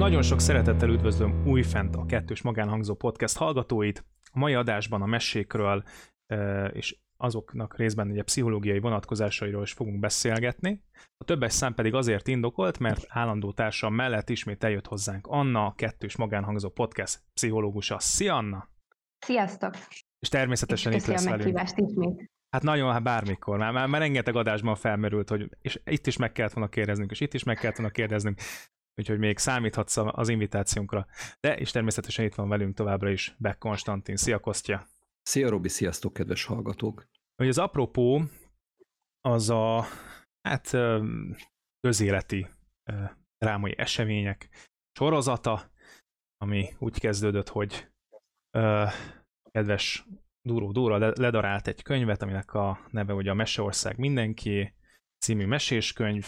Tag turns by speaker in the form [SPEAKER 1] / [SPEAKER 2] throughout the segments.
[SPEAKER 1] Nagyon sok szeretettel üdvözlöm újfent a Kettős Magánhangzó Podcast hallgatóit. A mai adásban a mesékről és azoknak részben ugye pszichológiai vonatkozásairól is fogunk beszélgetni. A többes szám pedig azért indokolt, mert állandó társam mellett ismét eljött hozzánk Anna, a Kettős Magánhangzó Podcast pszichológusa. Szia, Anna!
[SPEAKER 2] Sziasztok!
[SPEAKER 1] És természetesen itt lesz velünk.
[SPEAKER 2] Ismét.
[SPEAKER 1] Hát nagyon, bármikor. Már rengeteg adásban felmerült, hogy és itt is meg kellett volna kérdeznünk, és itt is meg kellett volna kérdeznünk, úgyhogy még számíthatsz az invitációnkra. De és természetesen itt van velünk továbbra is Beck Konstantin. Szia, Kostya!
[SPEAKER 3] Szia, Robi! Sziasztok, kedves hallgatók!
[SPEAKER 1] Hogy az apropó az a közéleti drámai események sorozata, ami úgy kezdődött, hogy kedves Dúró Dóra ledarált egy könyvet, aminek a neve ugye a Meseország mindenki című meséskönyv,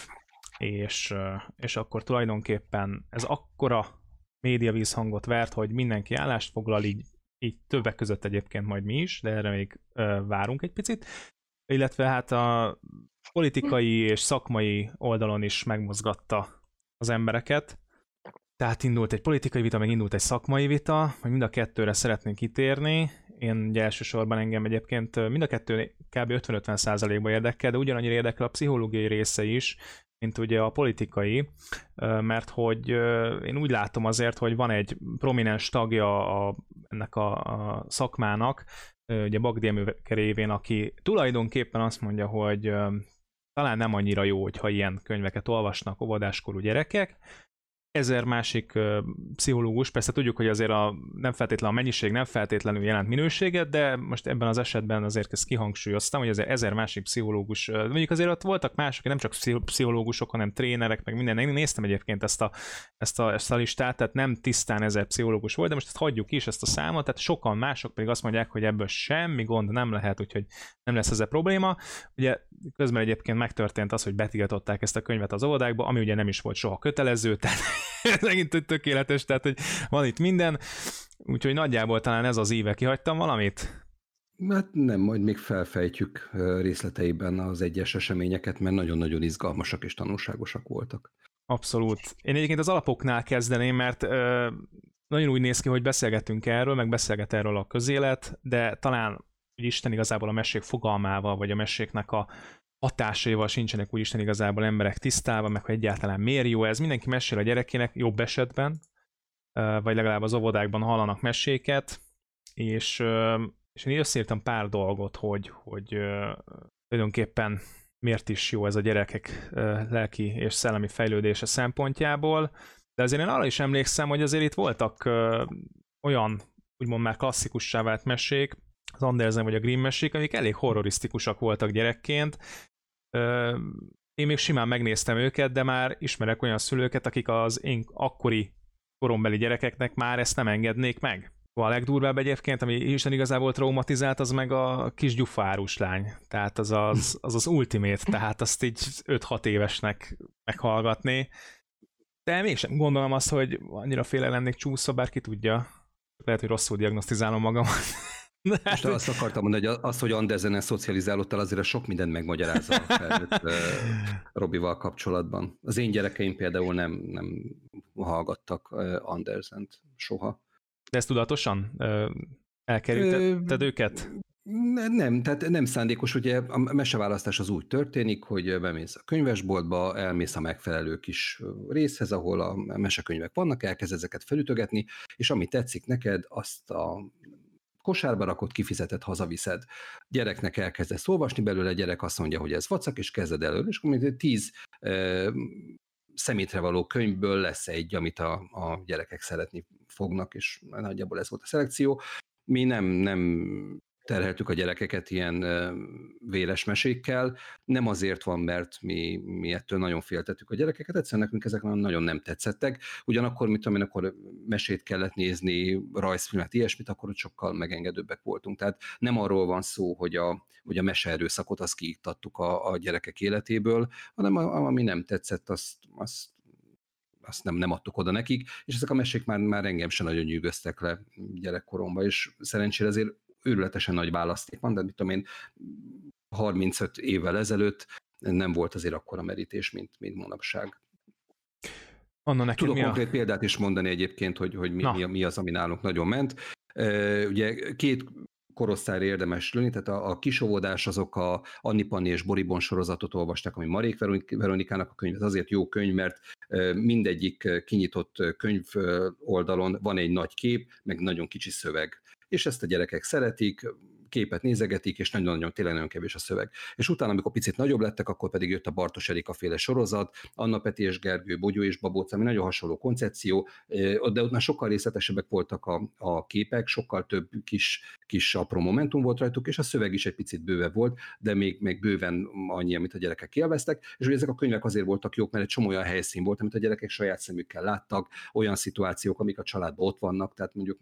[SPEAKER 1] és akkor tulajdonképpen ez akkora média vízhangot vert, hogy mindenki állást foglal, így többek között egyébként majd mi is, de erre még várunk egy picit, illetve hát a politikai és szakmai oldalon is megmozgatta az embereket. Tehát indult egy politikai vita, meg indult egy szakmai vita, hogy mind a kettőre szeretnénk kitérni. Én ugye elsősorban engem egyébként mind a kettő kb. 50-50%-ban érdekel, de ugyanannyira érdekel a pszichológiai része is, mint ugye a politikai, mert hogy én úgy látom azért, hogy van egy prominens tagja ennek a szakmának, ugye Bagdi Emőke révén, aki tulajdonképpen azt mondja, hogy talán nem annyira jó, hogyha ilyen könyveket olvasnak óvodáskorú gyerekek. Ezer másik pszichológus, persze tudjuk, hogy azért nem feltétlenül a mennyiség nem feltétlenül jelent minőséget, de most ebben az esetben azért ezt kihangsúlyoztam, hogy azért ezer másik pszichológus, mondjuk azért ott voltak mások, nem csak pszichológusok, hanem trénerek, meg minden. Én néztem egyébként ezt a listát, tehát nem tisztán ezer pszichológus volt, de most ezt hagyjuk is, ezt a számot, tehát sokan mások pedig azt mondják, hogy ebből semmi gond nem lehet, úgyhogy nem lesz ezzel probléma. Ugye közben egyébként megtörtént az, hogy betiltották ezt a könyvet az óvodákba, ami ugye nem is volt soha kötelező, tehát ez megint tökéletes, tehát hogy van itt minden, úgyhogy nagyjából talán ez az éve. Kihagytam valamit?
[SPEAKER 3] Hát nem, majd még felfejtjük részleteiben az egyes eseményeket, mert nagyon-nagyon izgalmasak és tanulságosak voltak.
[SPEAKER 1] Abszolút. Én egyébként az alapoknál kezdeném, mert nagyon úgy néz ki, hogy beszélgetünk erről, meg beszélget erről a közélet, de talán Isten igazából a mesék fogalmával, vagy a meséknek a hatásaival sincsenek úgyisten igazából emberek tisztában, meg hogy egyáltalán miért jó ez. Mindenki mesél a gyerekének, jobb esetben, vagy legalább az óvodákban hallanak meséket, és én összeírtam pár dolgot, hogy tulajdonképpen miért is jó ez a gyerekek lelki és szellemi fejlődése szempontjából, de azért én arra is emlékszem, hogy azért itt voltak olyan, úgymond már klasszikussá vált mesék, az Andersen vagy a Grimm mesék, amik elég horrorisztikusak voltak gyerekként. Én még simán megnéztem őket, de már ismerek olyan szülőket, akik az én akkori korombeli gyerekeknek már ezt nem engednék meg. A legdurvább egyébként, ami Isten igazából traumatizált, az meg a kis gyufárus lány. Tehát az ultimate, tehát azt így 5-6 évesnek meghallgatni. De mégsem gondolom azt, hogy annyira féle lennék csúszva, bár ki tudja. Lehet, hogy rosszul diagnosztizálom magamat.
[SPEAKER 3] Most azt akartam mondani, hogy az, hogy Andersen szocializálódtál, azért sok mindent megmagyarázza a felnőtt Robival kapcsolatban. Az én gyerekeim például nem hallgattak Andersent soha.
[SPEAKER 1] De ezt tudatosan elkerülted őket?
[SPEAKER 3] Nem, tehát nem szándékos, ugye a meseválasztás az úgy történik, hogy bemész a könyvesboltba, elmész a megfelelő kis részhez, ahol a mesekönyvek vannak, elkezd ezeket felütögetni, és ami tetszik neked, azt a kosárba rakod, kifizeted, hazaviszed. Gyereknek elkezdesz olvasni belőle, gyerek azt mondja, hogy ez vacak, és kezded elő, és akkor 10 szemétre való könyvből lesz egy, amit a gyerekek szeretni fognak, és nagyjából ez volt a szelekció. Mi nem terheltük a gyerekeket ilyen véres mesékkel, nem azért van, mert mi ettől nagyon féltettük a gyerekeket, egyszerűen nekünk ezek nagyon nem tetszettek. Ugyanakkor, akkor mesét kellett nézni, rajzfilmet, ilyesmit, akkor ott sokkal megengedőbbek voltunk. Tehát nem arról van szó, hogy a meseerőszakot azt kiiktattuk a gyerekek életéből, hanem ami nem tetszett, azt nem adtuk oda nekik, és ezek a mesék már engem sem nagyon nyűgöztek le gyerekkoromban, és szerencsére azért őrületesen nagy választék van, de mit tudom én, 35 évvel ezelőtt nem volt azért akkora merítés, mint manapság.
[SPEAKER 1] Anna, neked
[SPEAKER 3] Tudok
[SPEAKER 1] mi a...
[SPEAKER 3] konkrét példát is mondani egyébként, hogy mi az, ami nálunk nagyon ment. Ugye két korosztályra érdemes lőni, tehát a kisóvodás azok a Anni Panni és Boribon sorozatot olvasták, ami Marék Veronikának a könyv, ez azért jó könyv, mert mindegyik kinyitott könyv oldalon van egy nagy kép, meg nagyon kicsi szöveg. És ezt a gyerekek szeretik, képet nézegetik, és nagyon-nagyon tényleg nagyon kevés a szöveg. És utána, amikor picit nagyobb lettek, akkor pedig jött a Bartos Erika féle sorozat, Anna Peti és Gergő, Bogyó és Babóc, ami nagyon hasonló koncepció, de ott már sokkal részletesebbek voltak a képek, sokkal több kis apró momentum volt rajtuk, és a szöveg is egy picit bővebb volt, de még bőven annyi, amit a gyerekek élveztek, és ugye ezek a könyvek azért voltak jók, mert egy csomó olyan helyszín volt, amit a gyerekek saját szemükkel láttak, olyan szituációk, amik a családban ott vannak, tehát mondjuk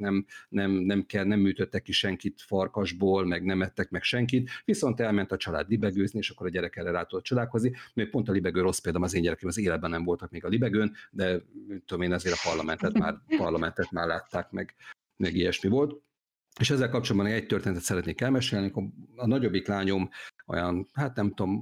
[SPEAKER 3] nem műtöttek ki senkit farkasból, meg nem ettek meg senkit, viszont elment a család libegőzni, és akkor a gyerek erre rá tudott csodálkozni. Még pont a libegő rossz példa, az én gyerekem az életben nem voltak még a libegőn, de tudom én, azért a parlamentet már látták, meg ilyesmi volt. És ezzel kapcsolatban egy történetet szeretnék elmesélni. A nagyobbik lányom olyan, hát nem tudom,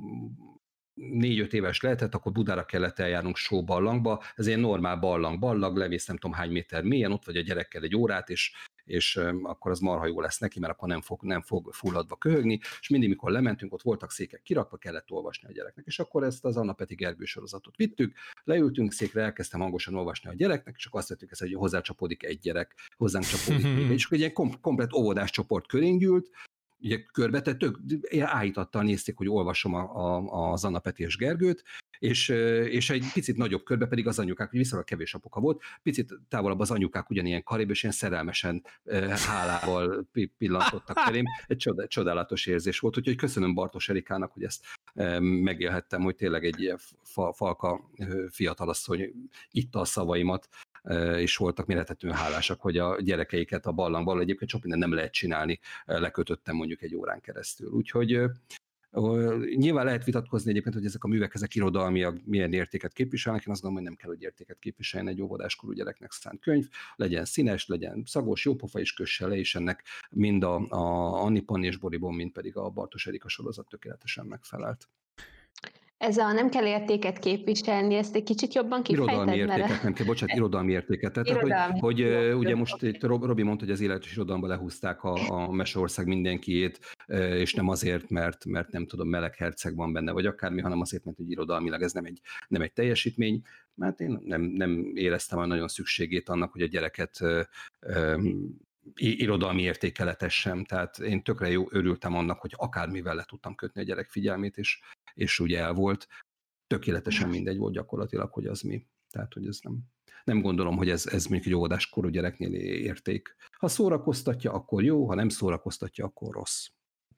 [SPEAKER 3] 4-5 éves lehetett, akkor Budára kellett eljárnunk sóballangba, ez egy normál ballag, levész nem tudom hány méter mélyen, ott vagy a gyerekkel egy órát, és akkor az marha jó lesz neki, mert akkor nem fog fulladva köhögni, és mindig, mikor lementünk, ott voltak székek kirakva, kellett olvasni a gyereknek. És akkor ezt az Anna Peti Gergő sorozatot vittük, leültünk székre, elkezdtem hangosan olvasni a gyereknek, és akkor azt vettük, hogy hozzácsapódik egy gyerek, hozzánk csapódik még, és akkor egy ilyen komplet óvodás csoport körénk gyűlt, ugye körbetettük, áhítattal nézték, hogy olvasom az Anna Peti és Gergőt, és egy picit nagyobb körbe pedig az anyukák, hogy viszonylag kevés apuka volt, picit távolabb az anyukák ugyanilyen karébb, és ilyen szerelmesen hálával pillantottak felém. Egy csodálatos érzés volt, úgyhogy köszönöm Bartos Erikának, hogy ezt megélhettem, hogy tényleg egy ilyen falka fiatalasszony itta a szavaimat, és voltak mérhetetlenül hálásak, hogy a gyerekeiket a barlangban, egyébként sok minden nem lehet csinálni, lekötöttem mondjuk egy órán keresztül. Úgyhogy nyilván lehet vitatkozni egyébként, hogy ezek a művek, ezek irodalmiak milyen értéket képviselnek. Én azt gondolom, hogy nem kell, hogy értéket képviseljen egy óvodáskorú gyereknek szánt könyv. Legyen színes, legyen szagos, jópofa is kösse le, és ennek mind a Anni Panni és Boribon, mind pedig a Bartos Erika sorozat tökéletesen megfelelt.
[SPEAKER 2] Ez a nem kell értéket képviselni, ezt egy kicsit jobban kifejted?
[SPEAKER 3] Irodalmi értéket, nem kell, bocsánat, irodalmi értéket. Tehát, hogy ugye most itt Robi mondta, hogy az életes irodalomba lehúzták a Meseország mindenkiét, és nem azért, mert nem tudom, meleg herceg van benne, vagy akármi, hanem azért, mert hogy irodalmilag ez nem egy teljesítmény. Mert én nem éreztem olyan nagyon szükségét annak, hogy a gyereket irodalmi értékeletessem. Tehát én tökre örültem annak, hogy akármivel le tudtam kötni a gyerek figyelmét, és úgy el volt. Tökéletesen mindegy volt gyakorlatilag, hogy az mi. Tehát, hogy ez nem gondolom, hogy ez mondjuk egy óvodáskorú gyereknél érték. Ha szórakoztatja, akkor jó, ha nem szórakoztatja, akkor rossz.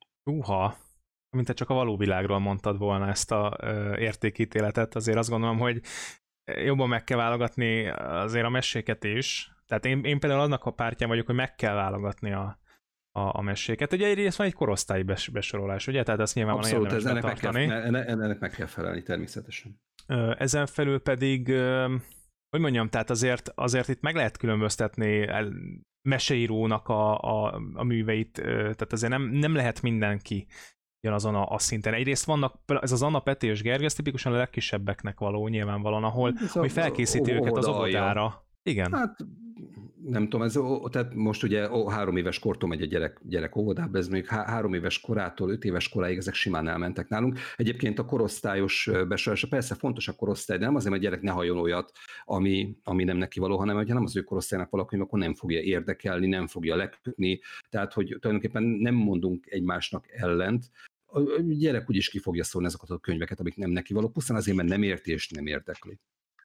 [SPEAKER 1] Mint te csak a való világról mondtad volna ezt a értékítéletet, azért azt gondolom, hogy jobban meg kell válogatni azért a meséket is. Tehát én például annak a pártján vagyok, hogy meg kell válogatni a meséket. Ugye egyrészt van egy korosztályi besorolás, ugye? Tehát azt nyilván
[SPEAKER 3] abszolút,
[SPEAKER 1] van érdemes betartani.
[SPEAKER 3] Ennek meg kell felelni természetesen.
[SPEAKER 1] Ezen felül pedig, hogy mondjam, tehát azért itt meg lehet különböztetni meseírónak a műveit, tehát azért nem lehet mindenki ugyanazon a szinten. Egyrészt vannak, ez az Anna Peti és Gergő, ez tipikusan a legkisebbeknek való, nyilvánvalóan, ahol hogy felkészíti őket az óvodára. Igen.
[SPEAKER 3] Hát nem tudom, tehát most ugye 3 éves kortól megy a gyerek óvodába, ez mondjuk 3 éves korától 5 éves koráig ezek simán elmentek nálunk. Egyébként a korosztályos besorolása persze fontos a korosztály, de nem azért, mert a gyerek ne halljon olyat, ami nem neki való, hanem hogyha nem az ő korosztálynak valaki, akkor nem fogja érdekelni, nem fogja lekötni, tehát hogy tulajdonképpen nem mondunk egymásnak ellent. A gyerek úgyis ki fogja szólni azokat a könyveket, amik nem neki való, pusztán azért, mert nem érti és nem érdekli.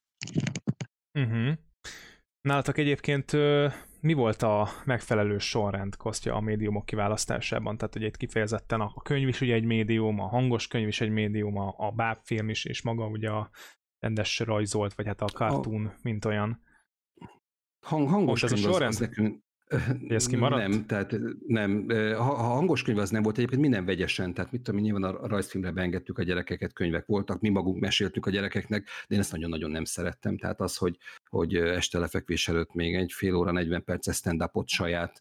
[SPEAKER 1] Nálatok egyébként mi volt a megfelelő sorrend, Kostya, a médiumok kiválasztásában? Tehát ugye itt kifejezetten a könyv is ugye egy médium, a hangos könyv is egy médium, a bábfilm is, és maga ugye a rendes rajzolt, vagy hát a cartoon, mint olyan.
[SPEAKER 3] Hangos
[SPEAKER 1] könyv, ez a sorrend? Nekünk... Ez kimaradt?
[SPEAKER 3] Nem, tehát nem. Ha hangos könyv az nem volt, egyébként minden vegyesen, tehát mit tudom, nyilván a rajzfilmre beengedtük a gyerekeket, könyvek voltak, mi magunk meséltük a gyerekeknek, de én ezt nagyon-nagyon nem szerettem. Tehát az, hogy este lefekvés előtt még egy fél óra, 40 perces stand-upot saját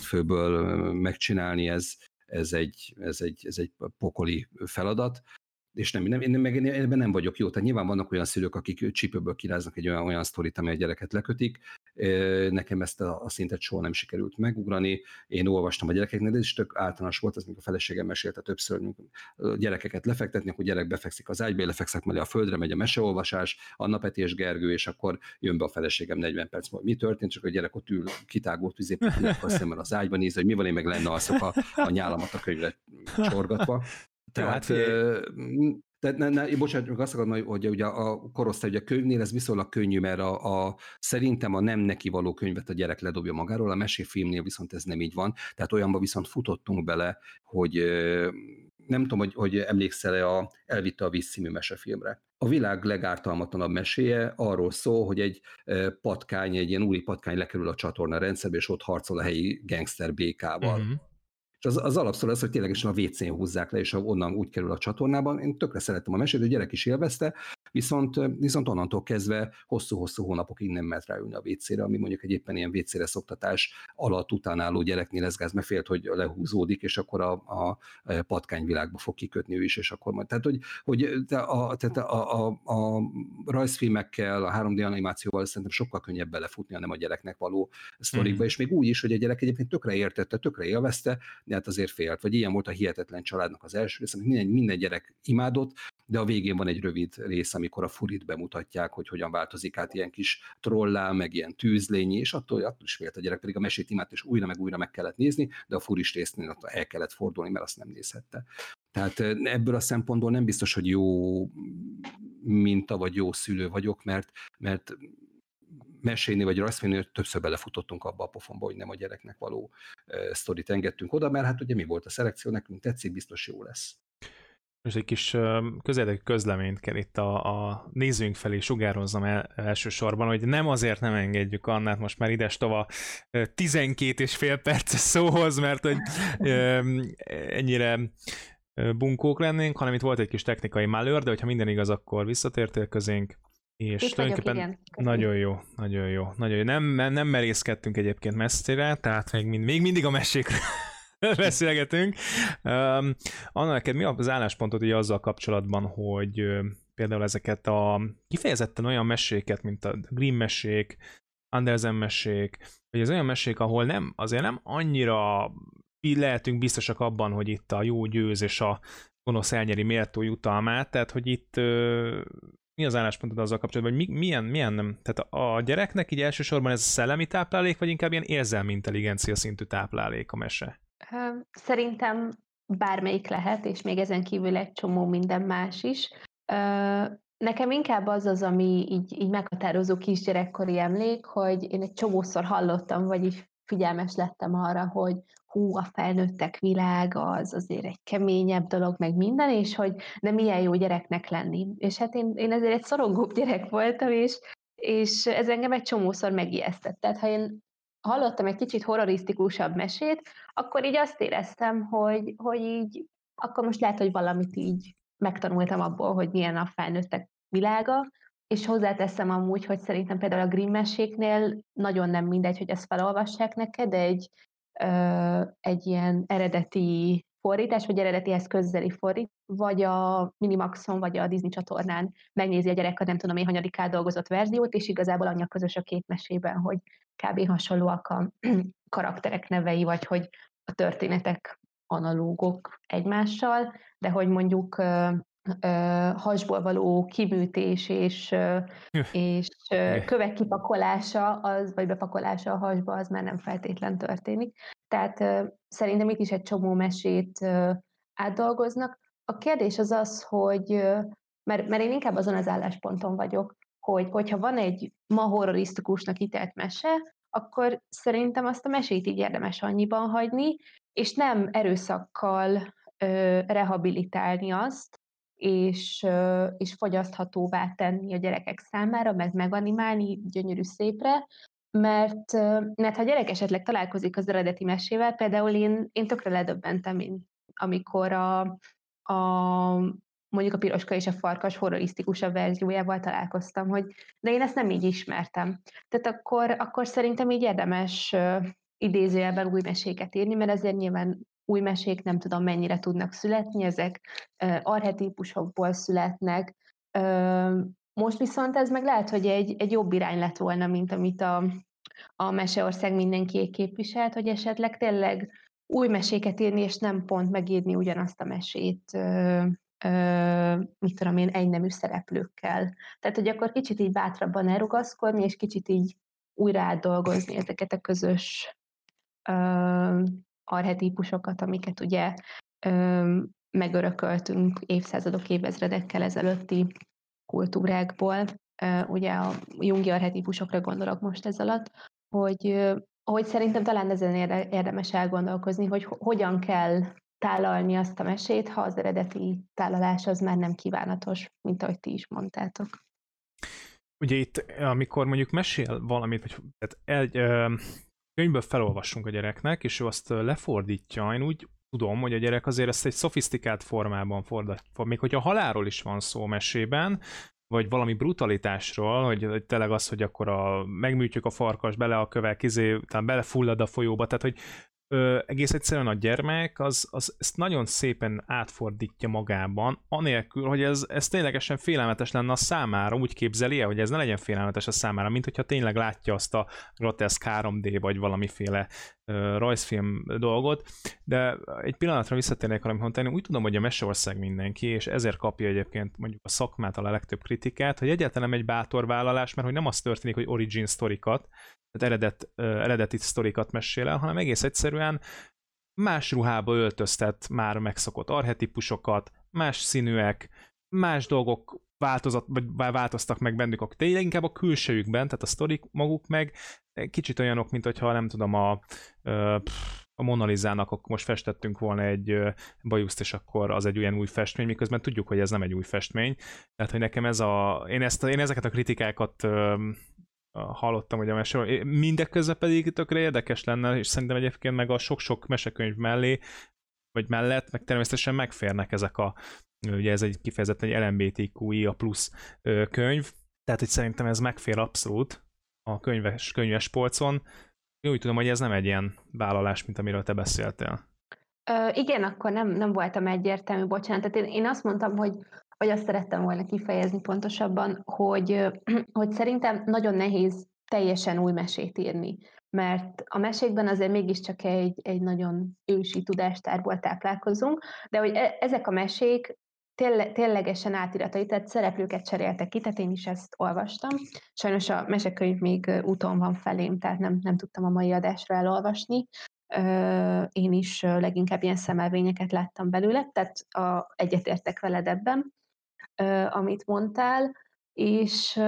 [SPEAKER 3] kútfőből megcsinálni, ez egy pokoli feladat. és én ebben nem vagyok jó. Tehát nyilván vannak olyan szülők, akik csípőből kiráznak egy olyan sztorit, amely a gyereket lekötik. Nekem ezt a szintet soha nem sikerült megugrani. Én olvastam a gyerekeknek, de ez is tök általános volt, az, amikor a feleségem mesélte többször, gyerekeket lefektetni, akkor gyerek befekszik az ágyba, lefekszek mellé a földre, megy a meseolvasás, Anna Peti és Gergő, és akkor jön be a feleségem 40 perc múlva. Mi történt? Csak a gyerek ott ül kitágult vizépilákkal szemben az ágyban néz, hogy mi van, én meg lenne alszok a nyálamat a könyvre csorgatva. Tehát, bocsánat, azt akarom, hogy ugye a korosztály, ugye a könyvnél ez viszonylag könnyű, mert szerintem a nem neki való könyvet a gyerek ledobja magáról, a meséfilmnél viszont ez nem így van, tehát olyanba viszont futottunk bele, hogy nem tudom, hogy emlékszel-e Elvitte a víz című mesefilmre. A világ legártalmatlanabb meséje arról szól, hogy egy patkány, egy ilyen úri patkány lekerül a csatorna rendszerbe, és ott harcol a helyi gangster békával. Uh-huh. És az alapszor az, hogy ténylegesen a WC-n húzzák le, és onnan úgy kerül a csatornában. Én tökre szerettem a mesét, a gyerek is élvezte, viszont onnantól kezdve hosszú-hosszú hónapokig nem mert ráülni a WC-re, ami mondjuk egy éppen ilyen WC-re szoktatás alatt utánálló gyereknél leszgáz, mert félt, hogy lehúzódik, és akkor a patkányvilágba fog kikötni ő is, és akkor majd. Tehát, a rajzfilmekkel, a 3D animációval szerintem sokkal könnyebb belefutni, hanem a gyereknek való sztorikba, és még úgy is, hogy a gyerek egyébként tökre értette, tökre élvezte, de hát azért félt, vagy ilyen volt a Hihetetlen családnak az első rész, amit minden gyerek imádott, de a végén van egy rövid rész, amikor a furit bemutatják, hogy hogyan változik át ilyen kis trollá, meg ilyen tűzlényi, és attól is félt a gyerek, pedig a mesét imádt, és újra meg újra meg kellett nézni, de a furis résznél el kellett fordulni, mert azt nem nézhette. Tehát ebből a szempontból nem biztos, hogy jó minta, vagy jó szülő vagyok, mert mesélni, vagy rajzfilmnél többször belefutottunk abba a pofonba, hogy nem a gyereknek való sztorit engedtünk oda, mert hát ugye mi volt a szelekció, nekünk tetszik, biztos jó lesz.
[SPEAKER 1] És egy kis közérdekű közleményt kell itt a nézőink felé sugározzam elsősorban, hogy nem azért nem engedjük Annát most már idestova 12,5 perces szóhoz, mert hogy ennyire bunkók lennénk, hanem itt volt egy kis technikai malőr, de hogyha minden igaz, akkor visszatértél közénk, és
[SPEAKER 2] itt
[SPEAKER 1] tulajdonképpen
[SPEAKER 2] vagyok,
[SPEAKER 1] nagyon jó. Nem merészkedtünk egyébként messzire, tehát még mindig a mesékről beszélgetünk. Anna, neked mi az álláspontod ugye azzal kapcsolatban, hogy például ezeket a kifejezetten olyan meséket, mint a Grimm mesék, Andersen mesék, vagy az olyan mesék, ahol azért nem annyira lehetünk biztosak abban, hogy itt a jó győz és a gonosz elnyeri méltó jutalmát, tehát hogy itt mi az álláspontod azzal kapcsolatban, hogy milyen tehát a gyereknek így elsősorban ez szellemi táplálék, vagy inkább ilyen érzelmi intelligencia szintű táplálék a mese?
[SPEAKER 2] Szerintem bármelyik lehet, és még ezen kívül egy csomó minden más is. Nekem inkább az, ami így meghatározó kisgyerekkori emlék, hogy én egy csomószor hallottam, vagy így figyelmes lettem arra, hogy a felnőttek világ az azért egy keményebb dolog, meg minden, és hogy de milyen jó gyereknek lenni. És hát én ezért egy szorongóbb gyerek voltam, és ez engem egy csomószor megijesztett. Tehát ha én hallottam egy kicsit horrorisztikusabb mesét, akkor így azt éreztem, hogy így, akkor most lehet, hogy valamit így megtanultam abból, hogy milyen a felnőttek világa, és hozzáteszem amúgy, hogy szerintem például a Grimm meséknél nagyon nem mindegy, hogy ezt felolvassák neked, egy ilyen eredeti fordítás, vagy eredetihez közeli fordít, vagy a Minimaxon, vagy a Disney csatornán megnézi a gyerek a nem tudom én hanyadik átdolgozott verziót, és igazából annyi közös a két mesében, hogy kb. Hasonlóak a karakterek nevei, vagy hogy a történetek analógok egymással, de hogy mondjuk hasból való kiműtés és kövek kipakolása, vagy bepakolása a hasba, az már nem feltétlen történik. Tehát szerintem itt is egy csomó mesét átdolgoznak. A kérdés az, hogy, mert én inkább azon az állásponton vagyok, hogyha van egy ma horrorisztikusnak ítélt mese, akkor szerintem azt a mesét így érdemes annyiban hagyni, és nem erőszakkal rehabilitálni azt, és fogyaszthatóvá tenni a gyerekek számára, meg meganimálni gyönyörű szépre, mert ha a gyerek esetleg találkozik az eredeti mesével, például én tökre ledöbbentem, amikor mondjuk a Piroska és a Farkas horrorisztikusabb verziójával találkoztam, hogy de én ezt nem így ismertem. Tehát akkor szerintem így érdemes idézőjelben új meséket írni, mert ezért nyilván új mesék nem tudom mennyire tudnak születni, ezek archetípusokból születnek. Most viszont ez meg lehet, hogy egy jobb irány lett volna, mint amit a Meseország mindenkié képviselt, hogy esetleg tényleg új meséket írni, és nem pont megírni ugyanazt a mesét, mit tudom én, egynemű szereplőkkel. Tehát, hogy akkor kicsit így bátrabban elrugaszkodni, és kicsit így újra átdolgozni ezeket a közös archetípusokat, amiket ugye megörököltünk évszázadok, évezredekkel ezelőtti kultúrákból. Ugye a jungi archetípusokra gondolok most ez alatt, hogy szerintem talán ezen érdemes elgondolkozni, hogy hogyan kell tálalni azt a mesét, ha az eredeti tálalás az már nem kívánatos, mint ahogy ti is mondtátok.
[SPEAKER 1] Ugye itt, amikor mondjuk mesél valamit, vagy tehát könyvből felolvassunk a gyereknek, és ő azt lefordítja, én úgy tudom, hogy a gyerek azért ezt egy szofisztikált formában fordítja, még hogyha halálról is van szó mesében, vagy valami brutalitásról, hogy tényleg az, hogy akkor megműtjük a farkas bele a kövek, talán belefullad a folyóba, tehát hogy egész egyszerűen a gyermek ezt nagyon szépen átfordítja magában, anélkül, hogy ez ténylegesen félelmetes lenne a számára, úgy képzeli el, hogy ez ne legyen félelmetes a számára, mint hogyha tényleg látja azt a groteszk 3D vagy valamiféle rajzfilm dolgot, de egy pillanatra visszatérnék arra, amit én úgy tudom, hogy a Meseország mindenki, és ezért kapja egyébként mondjuk a szakmától a legtöbb kritikát, hogy egyáltalán nem egy bátor vállalás, mert hogy nem az történik, hogy origin sztorikat, tehát eredeti sztorikat mesél el, hanem egész egyszerűen más ruhába öltöztet már megszokott archetipusokat, más színűek, más dolgok változtak meg bennük, tényleg inkább a külsejükben, tehát a sztorik maguk meg kicsit olyanok, mint hogyha nem tudom, a Mona Lisának akkor most festettünk volna egy bajuszt, és akkor az egy olyan új festmény, miközben tudjuk, hogy ez nem egy új festmény. Tehát, hogy nekem én ezeket a kritikákat hallottam, hogy a mese, mindeközben pedig tökre érdekes lenne, és szerintem egyébként meg a sok-sok mesekönyv mellé, vagy mellett, meg természetesen megférnek ezek ugye ez egy kifejezetten egy LMBTQIA plusz könyv, tehát hogy szerintem ez megfér abszolút a könyves polcon. Én úgy tudom, hogy ez nem egy ilyen vállalás, mint amiről te beszéltél.
[SPEAKER 2] Igen, akkor nem voltam egyértelmű, bocsánat. Tehát én azt mondtam, vagy azt szerettem volna kifejezni pontosabban, hogy szerintem nagyon nehéz teljesen új mesét írni, mert a mesékben azért mégiscsak egy nagyon ősi tudástárból táplálkozunk, de hogy ezek a mesék ténylegesen átiratai, tehát szereplőket cseréltek ki, tehát én is ezt olvastam. Sajnos a mesekönyv még úton van felém, tehát nem tudtam a mai adásra elolvasni. Én is leginkább ilyen szemelvényeket láttam belőle, tehát egyetértek veled ebben, amit mondtál, és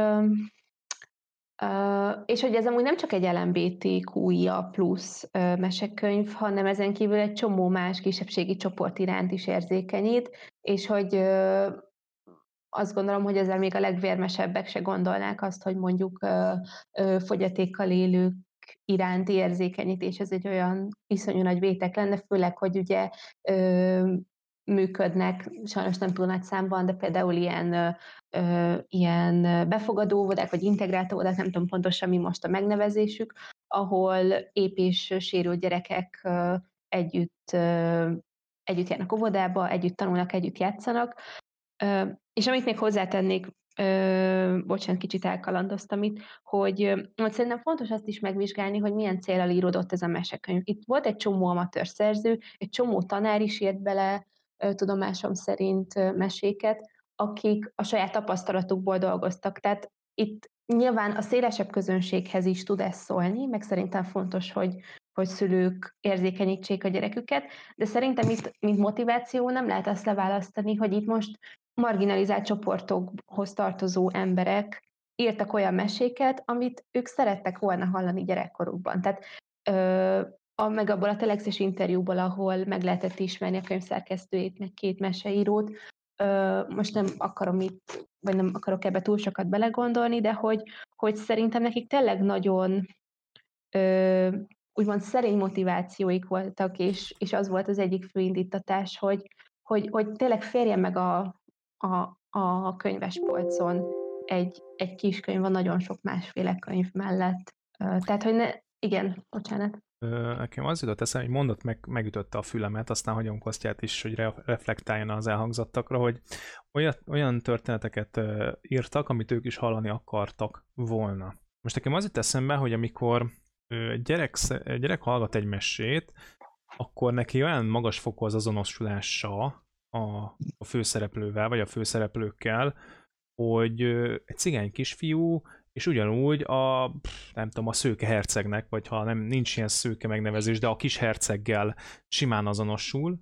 [SPEAKER 2] hogy ez amúgy nem csak egy LMBTQIA plusz mesekönyv, hanem ezen kívül egy csomó más kisebbségi csoport iránt is érzékenyít, és hogy azt gondolom, hogy ezzel még a legvérmesebbek se gondolnák azt, hogy mondjuk fogyatékkal élők iránti érzékenyítés, ez egy olyan iszonyú nagy vétek lenne, főleg, hogy ugye működnek, sajnos nem túl nagy számban, de például ilyen befogadó óvodák, vagy integrált óvodák, nem tudom pontosan mi most a megnevezésük, ahol épp és sérült gyerekek együtt járnak óvodába, együtt tanulnak, együtt játszanak. És amit még hozzátennék, bocsánat, kicsit elkalandoztam itt, hogy szerintem fontos azt is megvizsgálni, hogy milyen céllal íródott ez a mesekönyv. Itt volt egy csomó amatőr szerző, egy csomó tanár is írt bele tudomásom szerint meséket, akik a saját tapasztalatukból dolgoztak. Tehát itt nyilván a szélesebb közönséghez is tud ez szólni, meg szerintem fontos, hogy szülők érzékenyítsék a gyereküket, de szerintem itt, mint motiváció nem lehet azt leválasztani, hogy itt most marginalizált csoportokhoz tartozó emberek írtak olyan meséket, amit ők szerettek volna hallani gyerekkorukban. Tehát meg abból a telexes interjúból, ahol meg lehetett ismerni a könyvszerkesztőjét, meg 2 meseírót, most nem akarom itt, vagy nem akarok ebbe túl sokat belegondolni, de hogy szerintem nekik tényleg nagyon úgymond szerény motivációik voltak, és az volt az egyik fő indítatás, hogy tényleg férjen meg a könyvespolcon egy kis könyv, van nagyon sok másféle könyv mellett. Tehát, hogy igen, bocsánat.
[SPEAKER 1] Nekem az jutott eszembe, hogy mondat megütötte a fülemet, aztán hagyom Kosztját is, hogy reflektáljon az elhangzottakra, hogy olyan történeteket írtak, amit ők is hallani akartak volna. Most nekem az jut eszembe, hogy amikor egy gyerek hallgat egy mesét, akkor neki olyan magas fokú az azonosulása a főszereplővel, vagy a főszereplőkkel, hogy egy cigány kisfiú, és ugyanúgy nem tudom, a szőke hercegnek, vagy ha nincs ilyen szőke megnevezés, de a kis herceggel simán azonosul,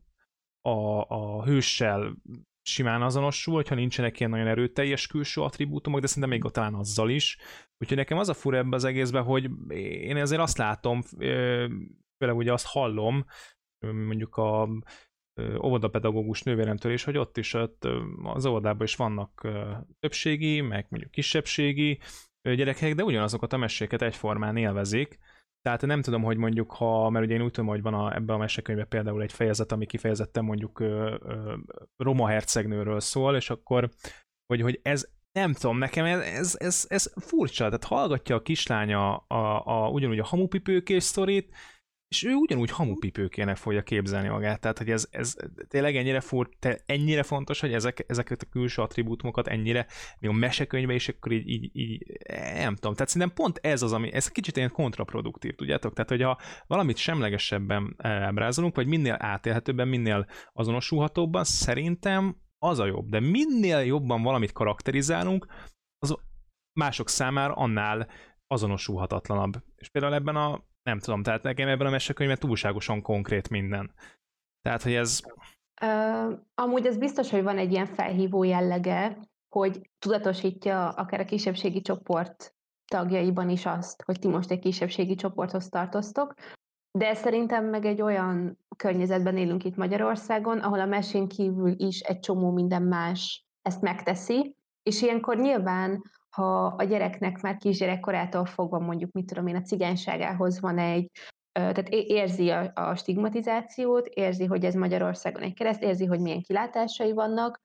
[SPEAKER 1] a hőssel simán azonosul, hogyha nincsenek ilyen nagyon erőteljes külső attribútumok, de szerintem még talán azzal is. Úgyhogy nekem az a fura ebbe az egészben, hogy én ezért azt látom, főleg ugye azt hallom, mondjuk a óvodapedagógus nővéremtől is, hogy ott az óvodában is vannak többségi, meg mondjuk kisebbségi gyerekek, de ugyanazokat a meséket egyformán élvezik. Tehát nem tudom, hogy mondjuk mert ugye én úgy tudom, hogy van ebben a mesekönyvben például egy fejezet, ami kifejezetten mondjuk roma hercegnőről szól, és akkor, hogy ez nem tudom, nekem ez furcsa, tehát hallgatja a kislánya ugyanúgy a hamupipőkés sztorit, és ő ugyanúgy hamupipőkének fogja képzelni magát, tehát hogy ez tényleg ennyire fontos, hogy ezeket a külső attribútumokat ennyire, még a mesekönyvben is akkor így nem tudom, tehát szerintem pont ez kicsit ilyen kontraproduktív, tudjátok? Tehát, hogyha valamit semlegesebben ábrázolunk, vagy minél átélhetőbben, minél azonosulhatóbban, szerintem az a jobb, de minél jobban valamit karakterizálunk, az mások számára annál azonosulhatatlanabb. És például ebben nem tudom, tehát nekem ebben a mesekönyvben túlságosan konkrét minden. Tehát, hogy ez...
[SPEAKER 2] Amúgy ez biztos, hogy van egy ilyen felhívó jellege, hogy tudatosítja akár a kisebbségi csoport tagjaiban is azt, hogy ti most egy kisebbségi csoporthoz tartoztok, de szerintem meg egy olyan környezetben élünk itt Magyarországon, ahol a mesén kívül is egy csomó minden más ezt megteszi, és ilyenkor nyilván, ha a gyereknek már kisgyerekkorától fogva mondjuk, mit tudom én, a cigányságához van tehát érzi a stigmatizációt, érzi, hogy ez Magyarországon egy kereszt, érzi, hogy milyen kilátásai vannak,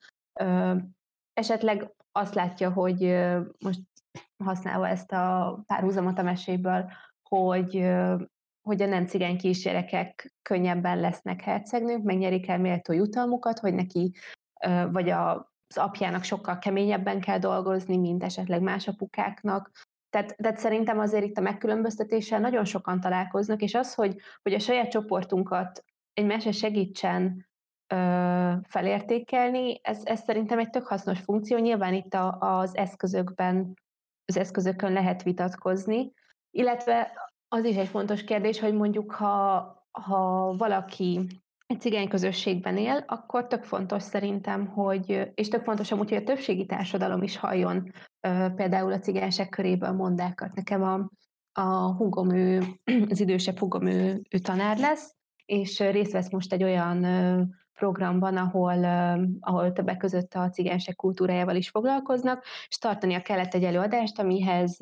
[SPEAKER 2] esetleg azt látja, hogy most használva ezt a párhuzamot a meséből, hogy a nem cigány kisgyerekek könnyebben lesznek hercegnők, megnyerik el méltó jutalmukat, hogy neki vagy az apjának sokkal keményebben kell dolgozni, mint esetleg más apukáknak. Tehát szerintem azért itt a megkülönböztetéssel nagyon sokan találkoznak, és az, hogy a saját csoportunkat egy mese segítsen felértékelni, ez szerintem egy tök hasznos funkció. Nyilván itt az eszközökön lehet vitatkozni, illetve az is egy fontos kérdés, hogy mondjuk ha valaki egy cigány közösségben él, akkor tök fontos szerintem, és tök fontos amúgy, hogy a többségi társadalom is halljon például a cigányság köréből mondákat. Nekem a húgom, az idősebb húgom, ő tanár lesz, és részt vesz most egy olyan programban, ahol többek között a cigányság kultúrájával is foglalkoznak, és tartania kellett egy előadást, amihez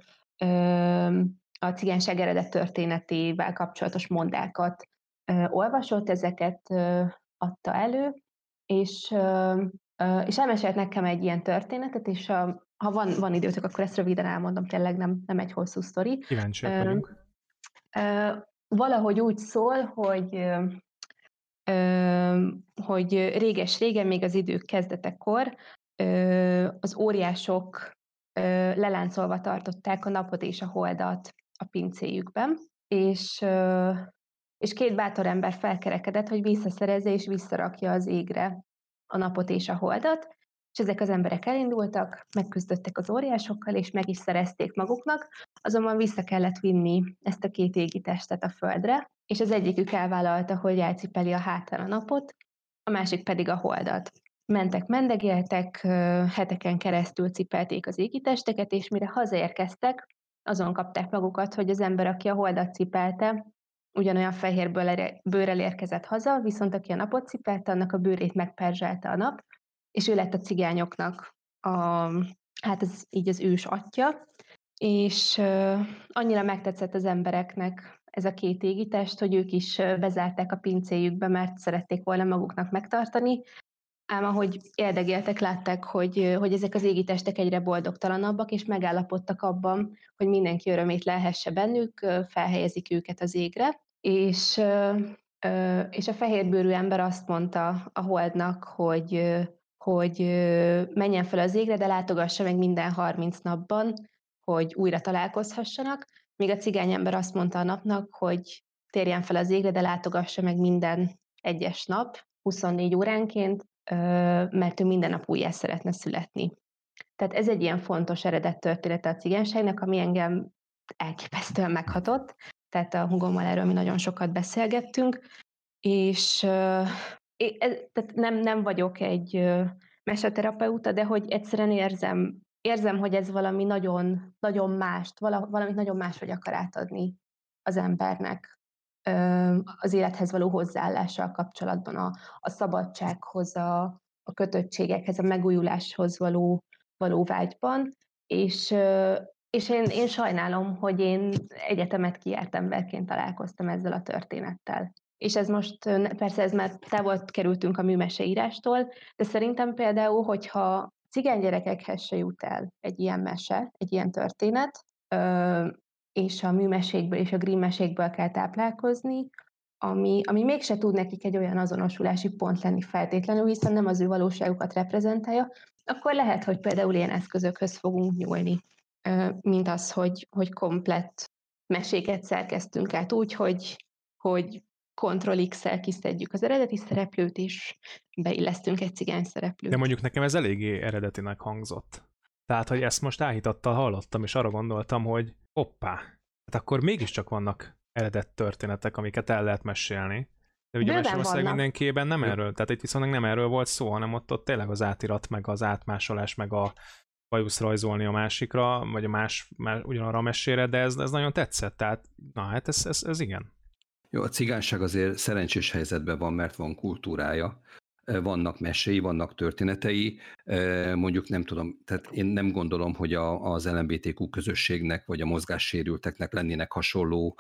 [SPEAKER 2] a cigányság eredet történetével kapcsolatos mondákat olvasott, ezeket adta elő, és elmesélt nekem egy ilyen történetet, és ha van időtök, akkor ezt röviden elmondom, tényleg nem egy hosszú sztori.
[SPEAKER 1] Kíváncsiak vagyunk.
[SPEAKER 2] Valahogy úgy szól, hogy réges-régen, még az idők kezdetekor az óriások leláncolva tartották a napot és a holdat a pincéjükben, és két bátor ember felkerekedett, hogy visszaszerezze és visszarakja az égre a napot és a holdat, és ezek az emberek elindultak, megküzdöttek az óriásokkal, és meg is szerezték maguknak, azonban vissza kellett vinni ezt a két égitestet a földre, és az egyikük elvállalta, hogy elcipeli a hátán a napot, a másik pedig a holdat. Mendegéltek, heteken keresztül cipelték az égitesteket, és mire hazaérkeztek, azon kapták magukat, hogy az ember, aki a holdat cipelte, ugyanolyan fehér bőrrel érkezett haza, viszont aki a napot cipelte, annak a bőrét megperzselte a nap, és ő lett a cigányoknak ez így az ős atya, és annyira megtetszett az embereknek ez a két égitest, hogy ők is bezárták a pincéjükbe, mert szerették volna maguknak megtartani, ám ahogy érdegéltek, látták, hogy ezek az égi testek egyre boldogtalanabbak, és megállapodtak abban, hogy mindenki örömét lelhesse bennük, felhelyezik őket az égre, és a fehérbőrű ember azt mondta a holdnak, hogy menjen fel az égre, de látogassa meg minden 30 napban, hogy újra találkozhassanak, míg a cigány ember azt mondta a napnak, hogy térjen fel az égre, de látogassa meg minden egyes nap, 24 óránként, mert ő minden nap újjá szeretne születni. Tehát ez egy ilyen fontos eredet története a cigányságnak, ami engem elképesztően meghatott. Tehát a húgommal erről mi nagyon sokat beszélgettünk, és tehát nem vagyok egy meseterapeuta, de hogy egyszerűen érzem, hogy ez valami nagyon, nagyon mást, valamit nagyon máshogy akar átadni az embernek az élethez való hozzáállással kapcsolatban, a szabadsághoz, a kötöttségekhez, a megújuláshoz való vágyban, és én sajnálom, hogy én egyetemet kijárt emberként találkoztam ezzel a történettel. És ez most, persze ez már távol kerültünk a műmeseírástól, de szerintem például, hogyha cigánygyerekekhez se jut el egy ilyen mese, egy ilyen történet, és a műmesékből és a Grimm mesékből kell táplálkozni, ami mégse tud nekik egy olyan azonosulási pont lenni feltétlenül, hiszen nem az ő valóságukat reprezentálja, akkor lehet, hogy például ilyen eszközökhöz fogunk nyúlni, mint az, hogy komplett meséket szerkeztünk át úgy, hogy Ctrl+X-el kiszedjük az eredeti szereplőt, és beillesztünk egy cigány szereplőt.
[SPEAKER 1] De mondjuk nekem ez eléggé eredetinek hangzott. Tehát, hogy ezt most áhítattal hallottam, és arra gondoltam, hogy hoppá, hát akkor mégiscsak vannak eredet történetek, amiket el lehet mesélni. De ugye Meseország mindenkiében nem erről, tehát itt viszont nem erről volt szó, hanem ott tényleg az átirat, meg az átmásolás, meg a bajusz rajzolni a másikra, vagy a ugyanarra a mesére, de ez nagyon tetszett, tehát na hát ez igen.
[SPEAKER 3] Jó, a cigányság azért szerencsés helyzetben van, mert van kultúrája, vannak meséi, vannak történetei, mondjuk nem tudom, tehát én nem gondolom, hogy az LMBTQ közösségnek, vagy a mozgássérülteknek lennének hasonló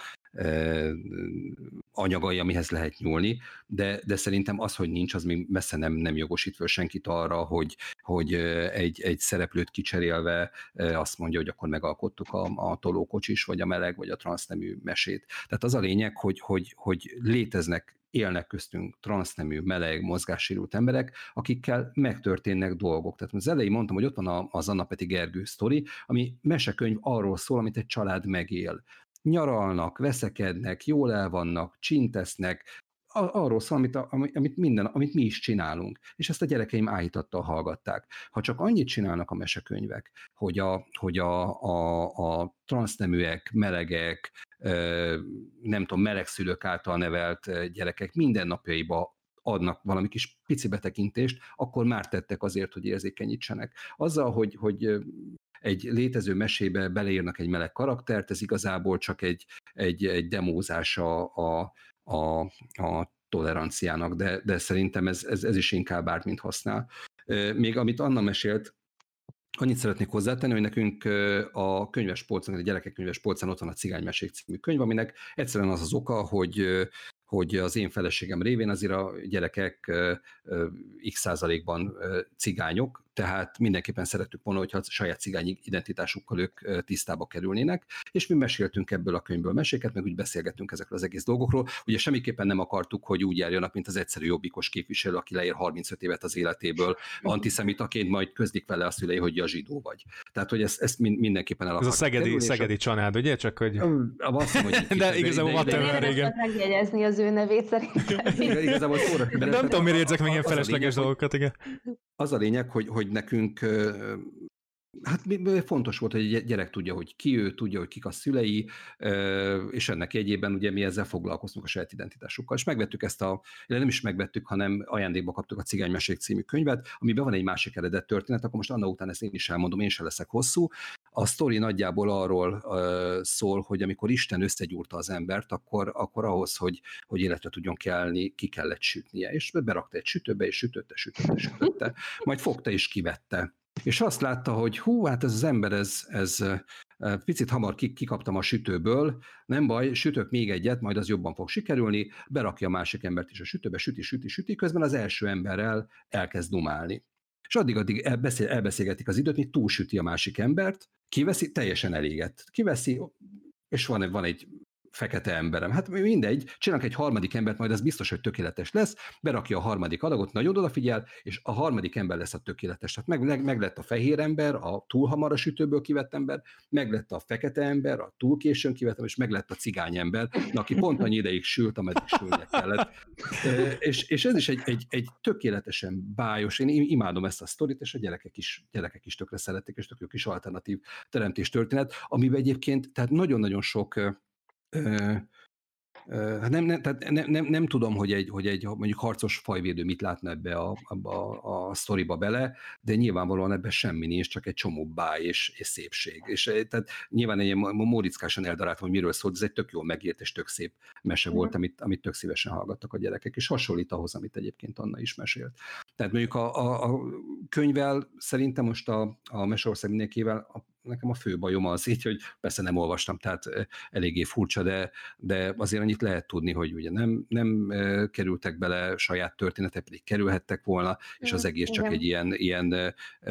[SPEAKER 3] anyagai, amihez lehet nyúlni, de szerintem az, hogy nincs, az még messze nem jogosít föl senkit arra, hogy egy szereplőt kicserélve azt mondja, hogy akkor megalkottuk a tolókocsis, vagy a meleg, vagy a transznemű mesét. Tehát az a lényeg, hogy léteznek, élnek köztünk transznemű, meleg, mozgássérült emberek, akikkel megtörténnek dolgok. Tehát az elején mondtam, hogy ott van az Anna Peti Gergő sztori, ami mesekönyv arról szól, amit egy család megél. Nyaralnak, veszekednek, jól el vannak, csintesznek, arról szól, amit mi is csinálunk. És ezt a gyerekeim áhítattal hallgatták. Ha csak annyit csinálnak a mesekönyvek, hogy a transzneműek, melegek, nem tudom, melegszülők által nevelt gyerekek mindennapjaiba adnak valami kis pici betekintést, akkor már tettek azért, hogy érzékenyítsenek. Azzal, hogy egy létező mesébe beleírnak egy meleg karaktert, ez igazából csak egy demózása a toleranciának, de szerintem ez is inkább bárt, mint használ. Még amit Anna mesélt, annyit szeretnék hozzátenni, hogy nekünk a könyvespolcon, a gyerekek könyvespolcán ott van a Cigánymesék című könyv, aminek egyszerűen az oka, hogy az én feleségem révén azért a gyerekek x% cigányok, tehát mindenképpen szerettük volna, hogyha a saját cigány identitásukkal ők tisztába kerülnének, és mi meséltünk ebből a könyvből meséket, meg úgy beszélgettünk ezekről az egész dolgokról. Ugye semmiképpen nem akartuk, hogy úgy járjanak, mint az egyszerű jobbikos képviselő, aki leér 35 évet az életéből, antiszemitaként, majd közlik vele a szülei, hogy a zsidó vagy. Tehát, hogy ezt mindenképpen el akartuk kerülni.
[SPEAKER 1] Ez a szegedi család, ugye? Csak hogy...
[SPEAKER 2] De igazából whatever, régen. Megjegyezni az ő nevét szerintem.
[SPEAKER 3] Igazából
[SPEAKER 1] nem tudom, miért érzek meg ilyen felesleges dolgokat, igen.
[SPEAKER 3] Az a lényeg, hogy nekünk hát fontos volt, hogy egy gyerek tudja, hogy ki ő, tudja, hogy kik a szülei, és ennek jegyében ugye mi ezzel foglalkoztunk a saját identitásukkal. És megvettük nem is megvettük, hanem ajándékba kaptuk a Cigánymesék című könyvet, amiben van egy másik eredet történet, akkor most Anna után ezt én is elmondom, én sem leszek hosszú. A sztori nagyjából arról szól, hogy amikor Isten összegyúrta az embert, akkor ahhoz, hogy életre tudjon kelni, ki kellett sütnie. És berakta egy sütőbe, és sütötte. Majd fogta és kivette. és azt látta, hogy hát ez az ember, ez picit hamar kikaptam a sütőből, nem baj, sütök még egyet, majd az jobban fog sikerülni, berakja a másik embert is a sütőbe, süti, közben az első emberrel elkezd dumálni. És addig elbeszélgetik az időt, míg túlsüti a másik embert, kiveszi, teljesen elégett. Kiveszi, és van egy fekete emberem. Hát mindegy, csinálnak egy harmadik embert, majd az biztos, hogy tökéletes lesz, berakja a harmadik adagot, nagyon odafigyel, és a harmadik ember lesz a tökéletes. Tehát meg lett a fehér ember, a túl hamar a sütőből kivett ember, meg lett a fekete ember, a túl későn kivett ember, és meg lett a cigány ember, aki pont annyi ideig sült, ameddig sülnie kellett. És ez is egy tökéletesen bájos, én imádom ezt a sztorit, és a gyerekek is tökre szerették, és tök jó kis alternatív teremtés történet, amiben egyébként tehát nagyon-nagyon sok nem tudom, hogy egy mondjuk harcos fajvédő mit látna ebbe a sztoriba bele, de nyilvánvalóan ebben semmi nincs, csak egy csomó báj és szépség. És tehát nyilván egy móriczkásan eldaráltam, hogy miről szólt, ez egy tök jól megírt és tök szép mese volt, amit tök szívesen hallgattak a gyerekek, és hasonlít ahhoz, amit egyébként Anna is mesélt. Tehát mondjuk a könyvvel szerintem most a Meseország mindenkivel nekem a fő bajom az így, hogy persze nem olvastam, tehát eléggé furcsa, de azért annyit lehet tudni, hogy ugye nem kerültek bele saját történetek, pedig kerülhettek volna, és az egész csak egy ilyen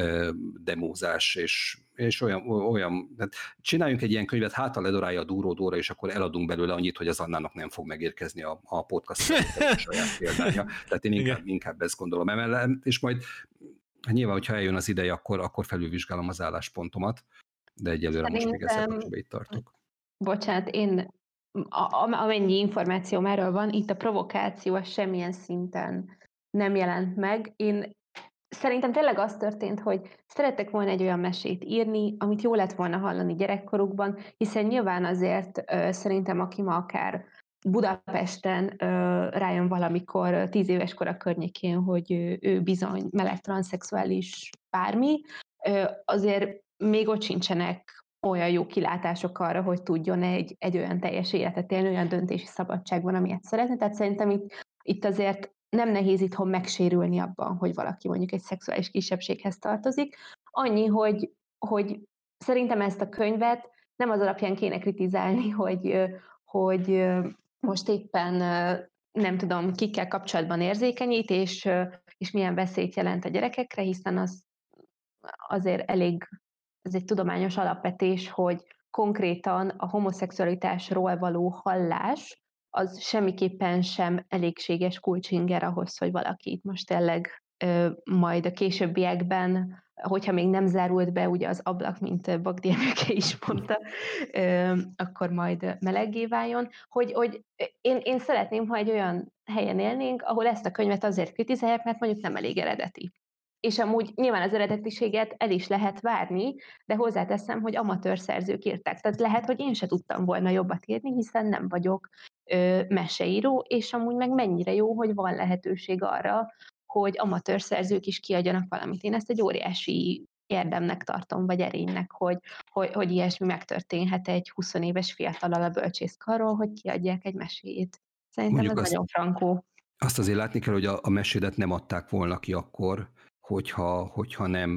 [SPEAKER 3] demózás, és olyan tehát csináljunk egy ilyen könyvet, hát a ledorálja a Duródóra, és akkor eladunk belőle annyit, hogy az Annának nem fog megérkezni a podcast a saját példánya. Tehát én inkább ezt gondolom emellett, és majd nyilván, hogyha eljön az ideje, akkor felülvizsgálom az álláspontomat, de egyelőre most még ezzel kapcsolatban itt tartok.
[SPEAKER 2] Bocsánat, én amennyi információm erről van, itt a provokáció az semmilyen szinten nem jelent meg. Én szerintem tényleg az történt, hogy szerettek volna egy olyan mesét írni, amit jó lett volna hallani gyerekkorukban, hiszen nyilván azért szerintem, aki ma akár Budapesten rájön valamikor 10 éves kora környékén, hogy ő bizony meleg transzexuális bármi, azért még ott sincsenek olyan jó kilátások arra, hogy tudjon egy olyan teljes életet élni, olyan döntési szabadságban, amilyet szeretne. Tehát szerintem itt azért nem nehéz itthon megsérülni abban, hogy valaki mondjuk egy szexuális kisebbséghez tartozik. Annyi, hogy szerintem ezt a könyvet nem az alapján kéne kritizálni, hogy most éppen nem tudom, kikkel kapcsolatban érzékenyít, és milyen veszélyt jelent a gyerekekre, hiszen az azért elég, ez egy tudományos alapvetés, hogy konkrétan a homoszexualitásról való hallás az semmiképpen sem elégséges kulcsinger ahhoz, hogy valaki itt most tényleg majd a későbbiekben, hogyha még nem zárult be ugye az ablak, mint Bagdi Emőke is mondta, akkor majd meleggé váljon, hogy én szeretném, ha egy olyan helyen élnénk, ahol ezt a könyvet azért kritizálják, mert mondjuk nem elég eredeti. És amúgy nyilván az eredetiséget el is lehet várni, de hozzáteszem, hogy amatőr szerzők írták. Tehát lehet, hogy én se tudtam volna jobbat írni, hiszen nem vagyok meseíró, és amúgy meg mennyire jó, hogy van lehetőség arra, hogy amatőr szerzők is kiadjanak valamit. Én ezt egy óriási érdemnek tartom, vagy erénynek, hogy ilyesmi megtörténhet egy 20 éves fiatallal a bölcsészkarról, hogy kiadják egy meséjét. Szerintem mondjuk ez nagyon frankó.
[SPEAKER 3] Azt azért látni kell, hogy a mesédet nem adták volna ki akkor, hogyha nem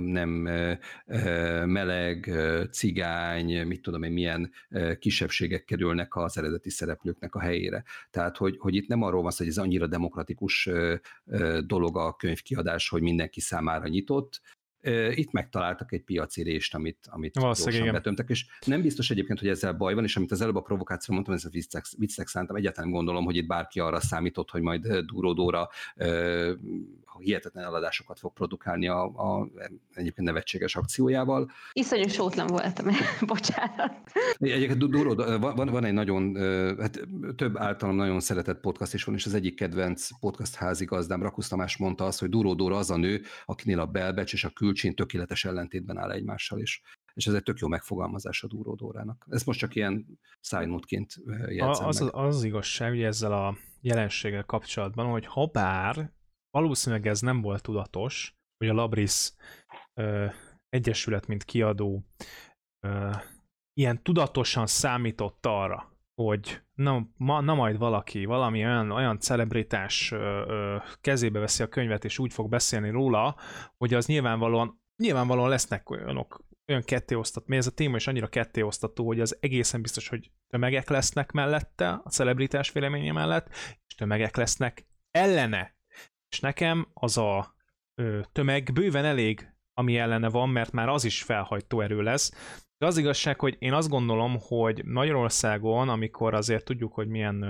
[SPEAKER 3] meleg, cigány, mit tudom én, milyen kisebbségek kerülnek az eredeti szereplőknek a helyére. Tehát, hogy itt nem arról van szó, hogy ez annyira demokratikus dolog a könyvkiadás, hogy mindenki számára nyitott. Itt megtaláltak egy piaci rést, amit gyorsan betömtek, és nem biztos egyébként, hogy ezzel baj van, és amit az előbb a provokációra mondtam, ez a viccnek szántam, egyáltalán gondolom, hogy itt bárki arra számított, hogy majd Duródóra hihetetlen eladásokat fog produkálni a egyébként nevetséges akciójával.
[SPEAKER 2] Iszonyú sótlan voltam, bocsánat.
[SPEAKER 3] Egyébként Duródóra van egy nagyon, hát több általam nagyon szeretett podcast is van, és az egyik kedvenc podcast házigazdám, Rakusz Tamás mondta azt, hogy Duródóra az a nő, akinél a belbecs és a külcsín tökéletes ellentétben áll egymással is. És ez egy tök jó megfogalmazás a Duródórának. Ez most csak ilyen side note-ként jegyzem meg.
[SPEAKER 1] Az igazság, ugye ezzel a jelenséggel kapcsolatban, hogy habár valószínűleg ez nem volt tudatos, hogy a Labris Egyesület, mint kiadó ilyen tudatosan számított arra, hogy na majd valami olyan celebritás kezébe veszi a könyvet, és úgy fog beszélni róla, hogy az nyilvánvalóan nyilvánvalóan lesznek olyan kettéosztató, mert ez a téma is annyira kettéosztató, hogy az egészen biztos, hogy tömegek lesznek mellette, a celebritás véleménye mellett, és tömegek lesznek ellene. És nekem az a tömeg bőven elég, ami ellene van, mert már az is felhajtó erő lesz. De az igazság, hogy én azt gondolom, hogy Magyarországon, amikor azért tudjuk, hogy milyen...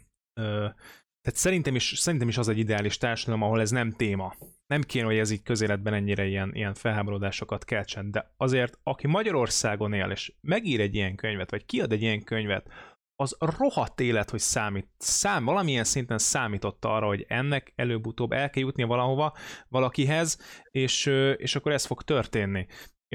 [SPEAKER 1] tehát szerintem is az egy ideális társadalom, ahol ez nem téma. Nem kéne, hogy ez így közéletben ennyire ilyen felháborodásokat keltsen, de azért, aki Magyarországon él, és megír egy ilyen könyvet, vagy kiad egy ilyen könyvet, az rohadt élet, hogy valamilyen szinten számított arra, hogy ennek előbb-utóbb el kell jutnia valahova, valakihez, és akkor ez fog történni.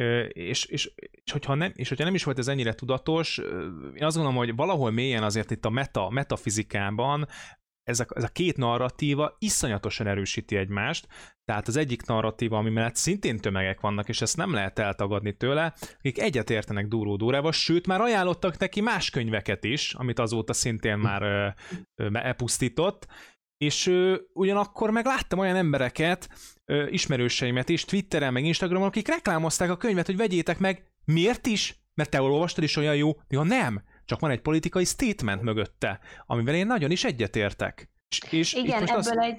[SPEAKER 1] És hogyha nem is volt ez ennyire tudatos, én azt gondolom, hogy valahol mélyen azért itt a metafizikában ez a két narratíva iszonyatosan erősíti egymást, tehát az egyik narratíva, ami mellett szintén tömegek vannak, és ezt nem lehet eltagadni tőle, akik egyetértenek Dúró Dórával, sőt, már ajánlottak neki más könyveket is, amit azóta szintén már elpusztított, és ugyanakkor meg láttam olyan embereket, ismerőseimet is, Twitteren, meg Instagramon, akik reklámozták a könyvet, hogy vegyétek meg. Miért is? Mert te olvastad is olyan jó? Ja nem, csak van egy politikai statement mögötte, amivel én nagyon is egyetértek. És
[SPEAKER 2] igen, ebből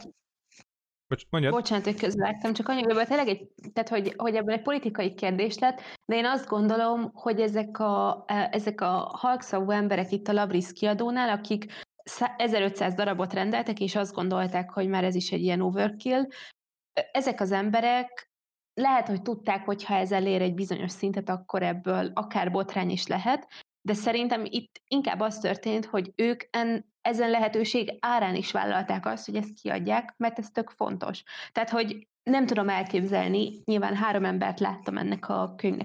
[SPEAKER 1] Bocsánat,
[SPEAKER 2] hogy közvágtam, csak annyiból tényleg tehát, hogy ebből egy politikai kérdés lett, de én azt gondolom, hogy ezek a halkszavú emberek itt a Labris kiadónál, akik 1500 darabot rendeltek, és azt gondolták, hogy már ez is egy ilyen overkill, ezek az emberek lehet, hogy tudták, hogy ha ez elér egy bizonyos szintet, akkor ebből akár botrány is lehet, de szerintem itt inkább az történt, hogy ők ezen lehetőség árán is vállalták azt, hogy ezt kiadják, mert ez tök fontos. Tehát, hogy nem tudom elképzelni, nyilván 3 embert láttam ennek a könyvnek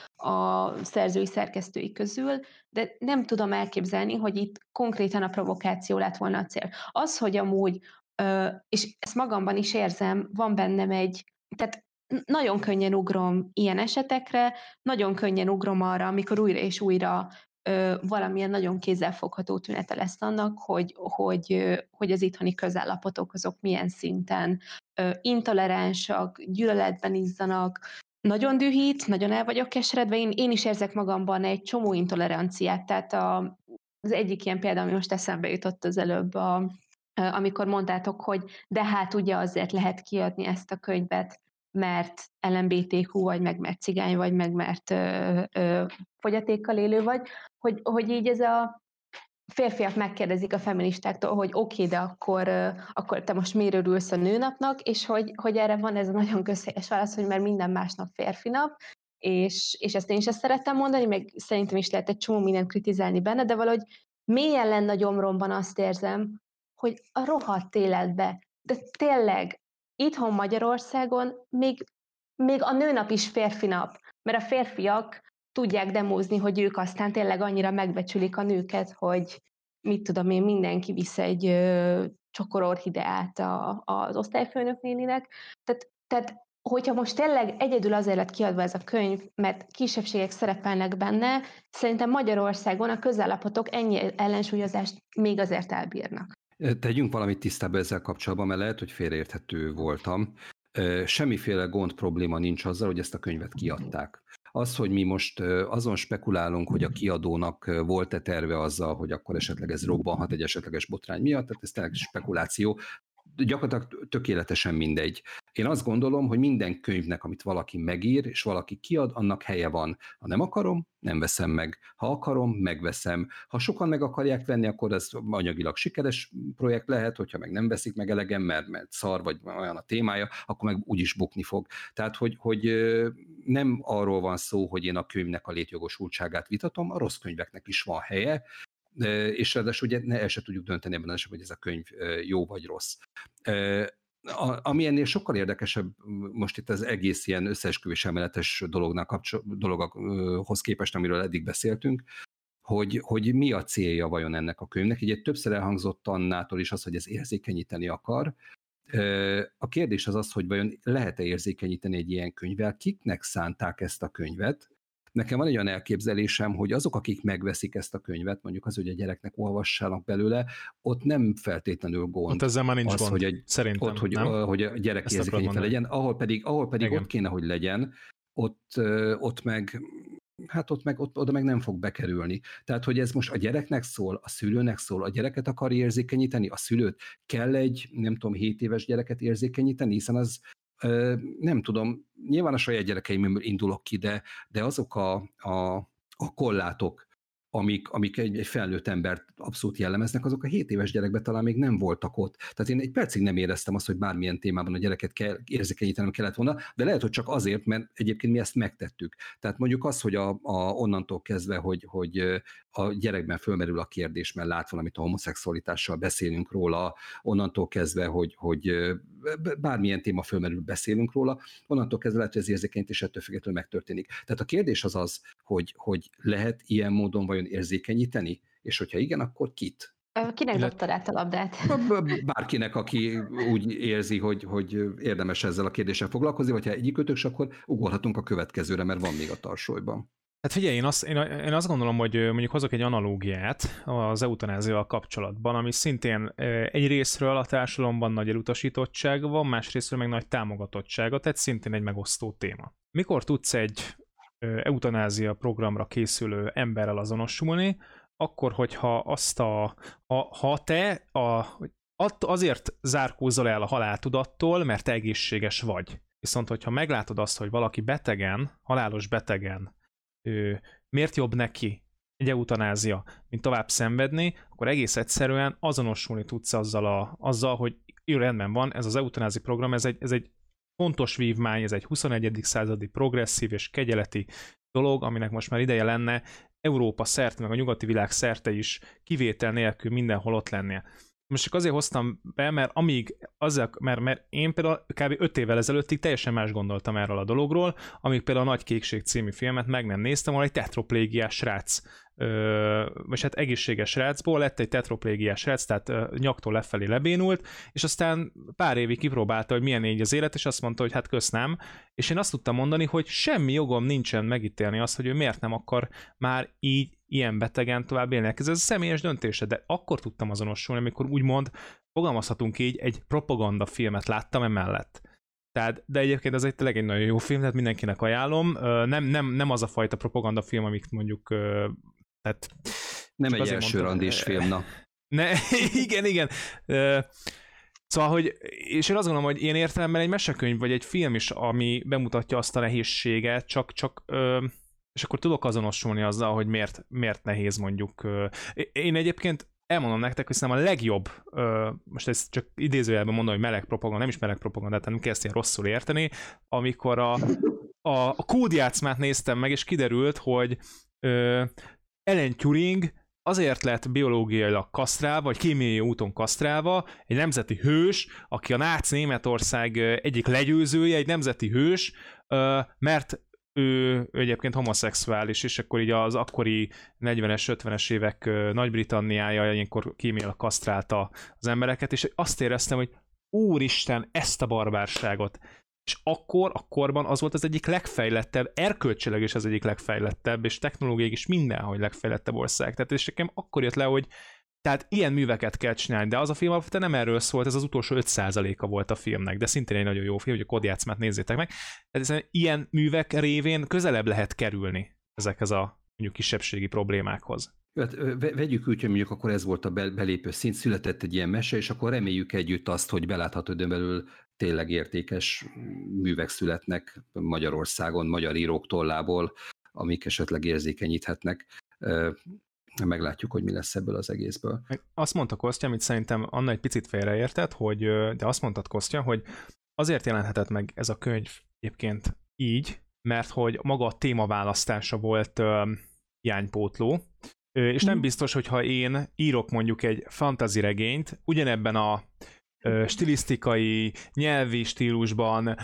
[SPEAKER 2] a szerzői, szerkesztői közül, de nem tudom elképzelni, hogy itt konkrétan a provokáció lett volna a cél. Az, hogy amúgy, és ezt magamban is érzem, van bennem tehát nagyon könnyen ugrom ilyen esetekre, nagyon könnyen ugrom arra, amikor újra és újra valamilyen nagyon kézzelfogható tünete lesz annak, hogy az itthoni közállapotok azok milyen szinten intoleránsak, gyűlöletben izzanak, nagyon dühít, nagyon el vagyok keseredve, én is érzek magamban egy csomó intoleranciát, tehát az egyik ilyen példa, ami most eszembe jutott az előbb, amikor mondtátok, hogy de hát ugye azért lehet kiadni ezt a könyvet, mert LMBTQ vagy, meg mert cigány vagy, meg mert fogyatékkal élő vagy, hogy így ez a férfiak megkérdezik a feministáktól, hogy oké, de akkor te most miért örülsz a nőnapnak, és hogy erre van ez a nagyon közhelyes válasz, hogy mert minden másnap férfi nap, és ezt én is ezt szerettem mondani, meg szerintem is lehet egy csomó mindent kritizálni benne, de valahogy mélyen lenne a gyomromban azt érzem, hogy a rohadt életbe, de tényleg itthon Magyarországon még a nőnap is férfi nap, mert a férfiak tudják demózni, hogy ők aztán tényleg annyira megbecsülik a nőket, hogy mit tudom én, mindenki visz egy csokororhideát az osztályfőnök néninek. Tehát, hogyha most tényleg egyedül azért lett kiadva ez a könyv, mert kisebbségek szerepelnek benne, szerintem Magyarországon a közállapotok ennyi ellensúlyozást még azért elbírnak.
[SPEAKER 3] Tegyünk valamit tisztába ezzel kapcsolatban, mert lehet, hogy félreérthető voltam. Semmiféle gond, probléma nincs azzal, hogy ezt a könyvet kiadták. Az, hogy mi most azon spekulálunk, hogy a kiadónak volt-e terve azzal, hogy akkor esetleg ez robbanhat egy esetleges botrány miatt, tehát ez tényleg spekuláció, gyakorlatilag tökéletesen mindegy. Én azt gondolom, hogy minden könyvnek, amit valaki megír, és valaki kiad, annak helye van. Ha nem akarom, nem veszem meg. Ha akarom, megveszem. Ha sokan meg akarják venni, akkor ez anyagilag sikeres projekt lehet, hogyha meg nem veszik meg elegem, mert szar, vagy olyan a témája, akkor meg úgyis bukni fog. Tehát, hogy nem arról van szó, hogy én a könyvnek a létjogosultságát vitatom, a rossz könyveknek is van helye, és ráadásul ugye el se tudjuk dönteni ebben az esetben, hogy ez a könyv jó vagy rossz. Ami ennél sokkal érdekesebb most itt az egész ilyen összeesküvés elméletes dologhoz képest, amiről eddig beszéltünk, hogy mi a célja vajon ennek a könyvnek. Ugye többször elhangzott Annától is az, hogy ez érzékenyíteni akar. A kérdés az, hogy vajon lehet-e érzékenyíteni egy ilyen könyvvel, kiknek szánták ezt a könyvet. Nekem van egy olyan elképzelésem, hogy azok, akik megveszik ezt a könyvet, mondjuk az, hogy a gyereknek olvassanak belőle, ott nem feltétlenül gond.
[SPEAKER 1] Ott ezzel már nincs
[SPEAKER 3] az,
[SPEAKER 1] gond,
[SPEAKER 3] hogy
[SPEAKER 1] szerintem.
[SPEAKER 3] Ott, hogy a gyerek érzékenyítve legyen, ahol pedig ott kéne, hogy legyen, ott meg oda meg nem fog bekerülni. Tehát, hogy ez most a gyereknek szól, a szülőnek szól, a gyereket akar érzékenyíteni, a szülőt kell egy, nem tudom, 7 éves gyereket érzékenyíteni, hiszen az nem tudom, nyilván a saját gyerekeimből indulok ki, de azok a korlátok, amik egy felnőtt embert abszolút jellemeznek, azok a 7 éves gyerekben talán még nem voltak ott. Tehát én egy percig nem éreztem azt, hogy bármilyen témában a gyereket kell érzékenyítenem kellett volna, de lehet, hogy csak azért, mert egyébként mi ezt megtettük. Tehát mondjuk az, hogy onnantól kezdve, hogy a gyerekben fölmerül a kérdés, mert lát valamit a homoszexualitással, beszélünk róla, onnantól kezdve, hogy bármilyen téma fölmerül, beszélünk róla, onnantól kezdve lehet, hogy az érzékenyítés ettől függetlenül megtörténik. Tehát a kérdés az, hogy lehet ilyen módon vajon érzékenyíteni, és hogyha igen, akkor kit?
[SPEAKER 2] Kinek dobtad át a labdát?
[SPEAKER 3] Bárkinek, aki úgy érzi, hogy érdemes ezzel a kérdéssel foglalkozni, vagy ha egyikőtök, akkor ugorhatunk a következőre, mert van még a tarsolyban.
[SPEAKER 1] Hát figyelj, én azt gondolom, hogy mondjuk hozok egy analógiát az eutanáziával kapcsolatban, ami szintén egy részről a társadalomban nagy elutasítottsága van, másrészről meg nagy támogatottsága, tehát szintén egy megosztó téma. Mikor tudsz egy eutanázia programra készülő emberrel azonosulni, akkor, hogyha ha te azért zárkózzal el a haláltudattól, mert te egészséges vagy. Viszont, hogyha meglátod azt, hogy valaki betegen, halálos betegen, miért jobb neki egy eutanázia, mint tovább szenvedni, akkor egész egyszerűen azonosulni tudsz azzal, hogy jó, rendben van, ez az eutanázi program, ez egy fontos vívmány, ez egy 21. századi progresszív és kegyeleti dolog, aminek most már ideje lenne Európa szerte, meg a nyugati világ szerte is kivétel nélkül mindenhol ott lennie. Most csak azért hoztam be, mert mert én például kb. 5 évvel ezelőttig teljesen más gondoltam erről a dologról, amíg például a Nagy Kékség című filmet meg nem néztem, ahol egy tetraplégiás srác, vagy hát egészséges srácból lett egy tetraplégiás srác, tehát nyaktól lefelé lebénult, és aztán pár évig kipróbálta, hogy milyen így az élet, és azt mondta, hogy hát kösz nem. És én azt tudtam mondani, hogy semmi jogom nincsen megítélni azt, hogy ő miért nem akar már így ilyen betegen tovább élni. Ez a személyes döntése, de akkor tudtam azonosulni, amikor úgymond fogalmazhatunk így, egy propaganda filmet láttam emellett. Tehát, de egyébként ez tényleg egy nagyon jó film, tehát mindenkinek ajánlom. Nem az a fajta propaganda film, amit mondjuk tehát
[SPEAKER 3] nem egy első randis film, na.
[SPEAKER 1] Igen. Szóval, hogy, és én azt gondolom, hogy ilyen értelemben egy mesekönyv, vagy egy film is, ami bemutatja azt a nehézséget, csak és akkor tudok azonosulni azzal, hogy miért nehéz mondjuk. Én egyébként elmondom nektek, hogy szerintem a legjobb, most ezt csak idézőjelben mondom, hogy meleg propaganda, nem is meleg propaganda, tehát nem kell ezt ilyen rosszul érteni, amikor a kódjátszmát néztem meg, és kiderült, hogy Alan Turing azért lett biológiailag kasztrálva, vagy kémiai úton kasztrálva, egy nemzeti hős, aki a náci Németország egyik legyőzője, egy nemzeti hős, mert ő egyébként homoszexuális, és akkor így az akkori 40-es, 50-es évek Nagy-Britanniája ilyenkor kémiailag kasztrálta az embereket, és azt éreztem, hogy úristen, ezt a barbárságot. És akkorban az volt az egyik legfejlettebb, erkölcsileg is az egyik legfejlettebb, és technológiai is mindenhogy legfejlettebb ország. Tehát és nekem akkor jött le, hogy tehát ilyen műveket kell csinálni, de az a film alapvetően nem erről szólt, ez az utolsó 5%-a volt a filmnek, de szintén egy nagyon jó film, hogy a Kódjátszmát nézzétek meg. Tehát ilyen művek révén közelebb lehet kerülni ezekhez a mondjuk kisebbségi problémákhoz.
[SPEAKER 3] Hát, vegyük úgy, hogy mondjuk akkor ez volt a belépő szint, született egy ilyen mese, és akkor reméljük együtt azt, hogy belátható időn belül tényleg értékes művek születnek Magyarországon, magyar írók tollából, amik esetleg érzékenyíthetnek. Meglátjuk, hogy mi lesz ebből az egészből.
[SPEAKER 1] Azt mondta Kostya, amit szerintem Anna egy picit félreértett, de azt mondtad Kostya, hogy azért jelenhetett meg ez a könyv egyébként így, mert hogy maga a témaválasztása volt hiánypótló, és nem biztos, hogyha én írok mondjuk egy fantasy regényt, ugyanebben a stilisztikai, nyelvi stílusban,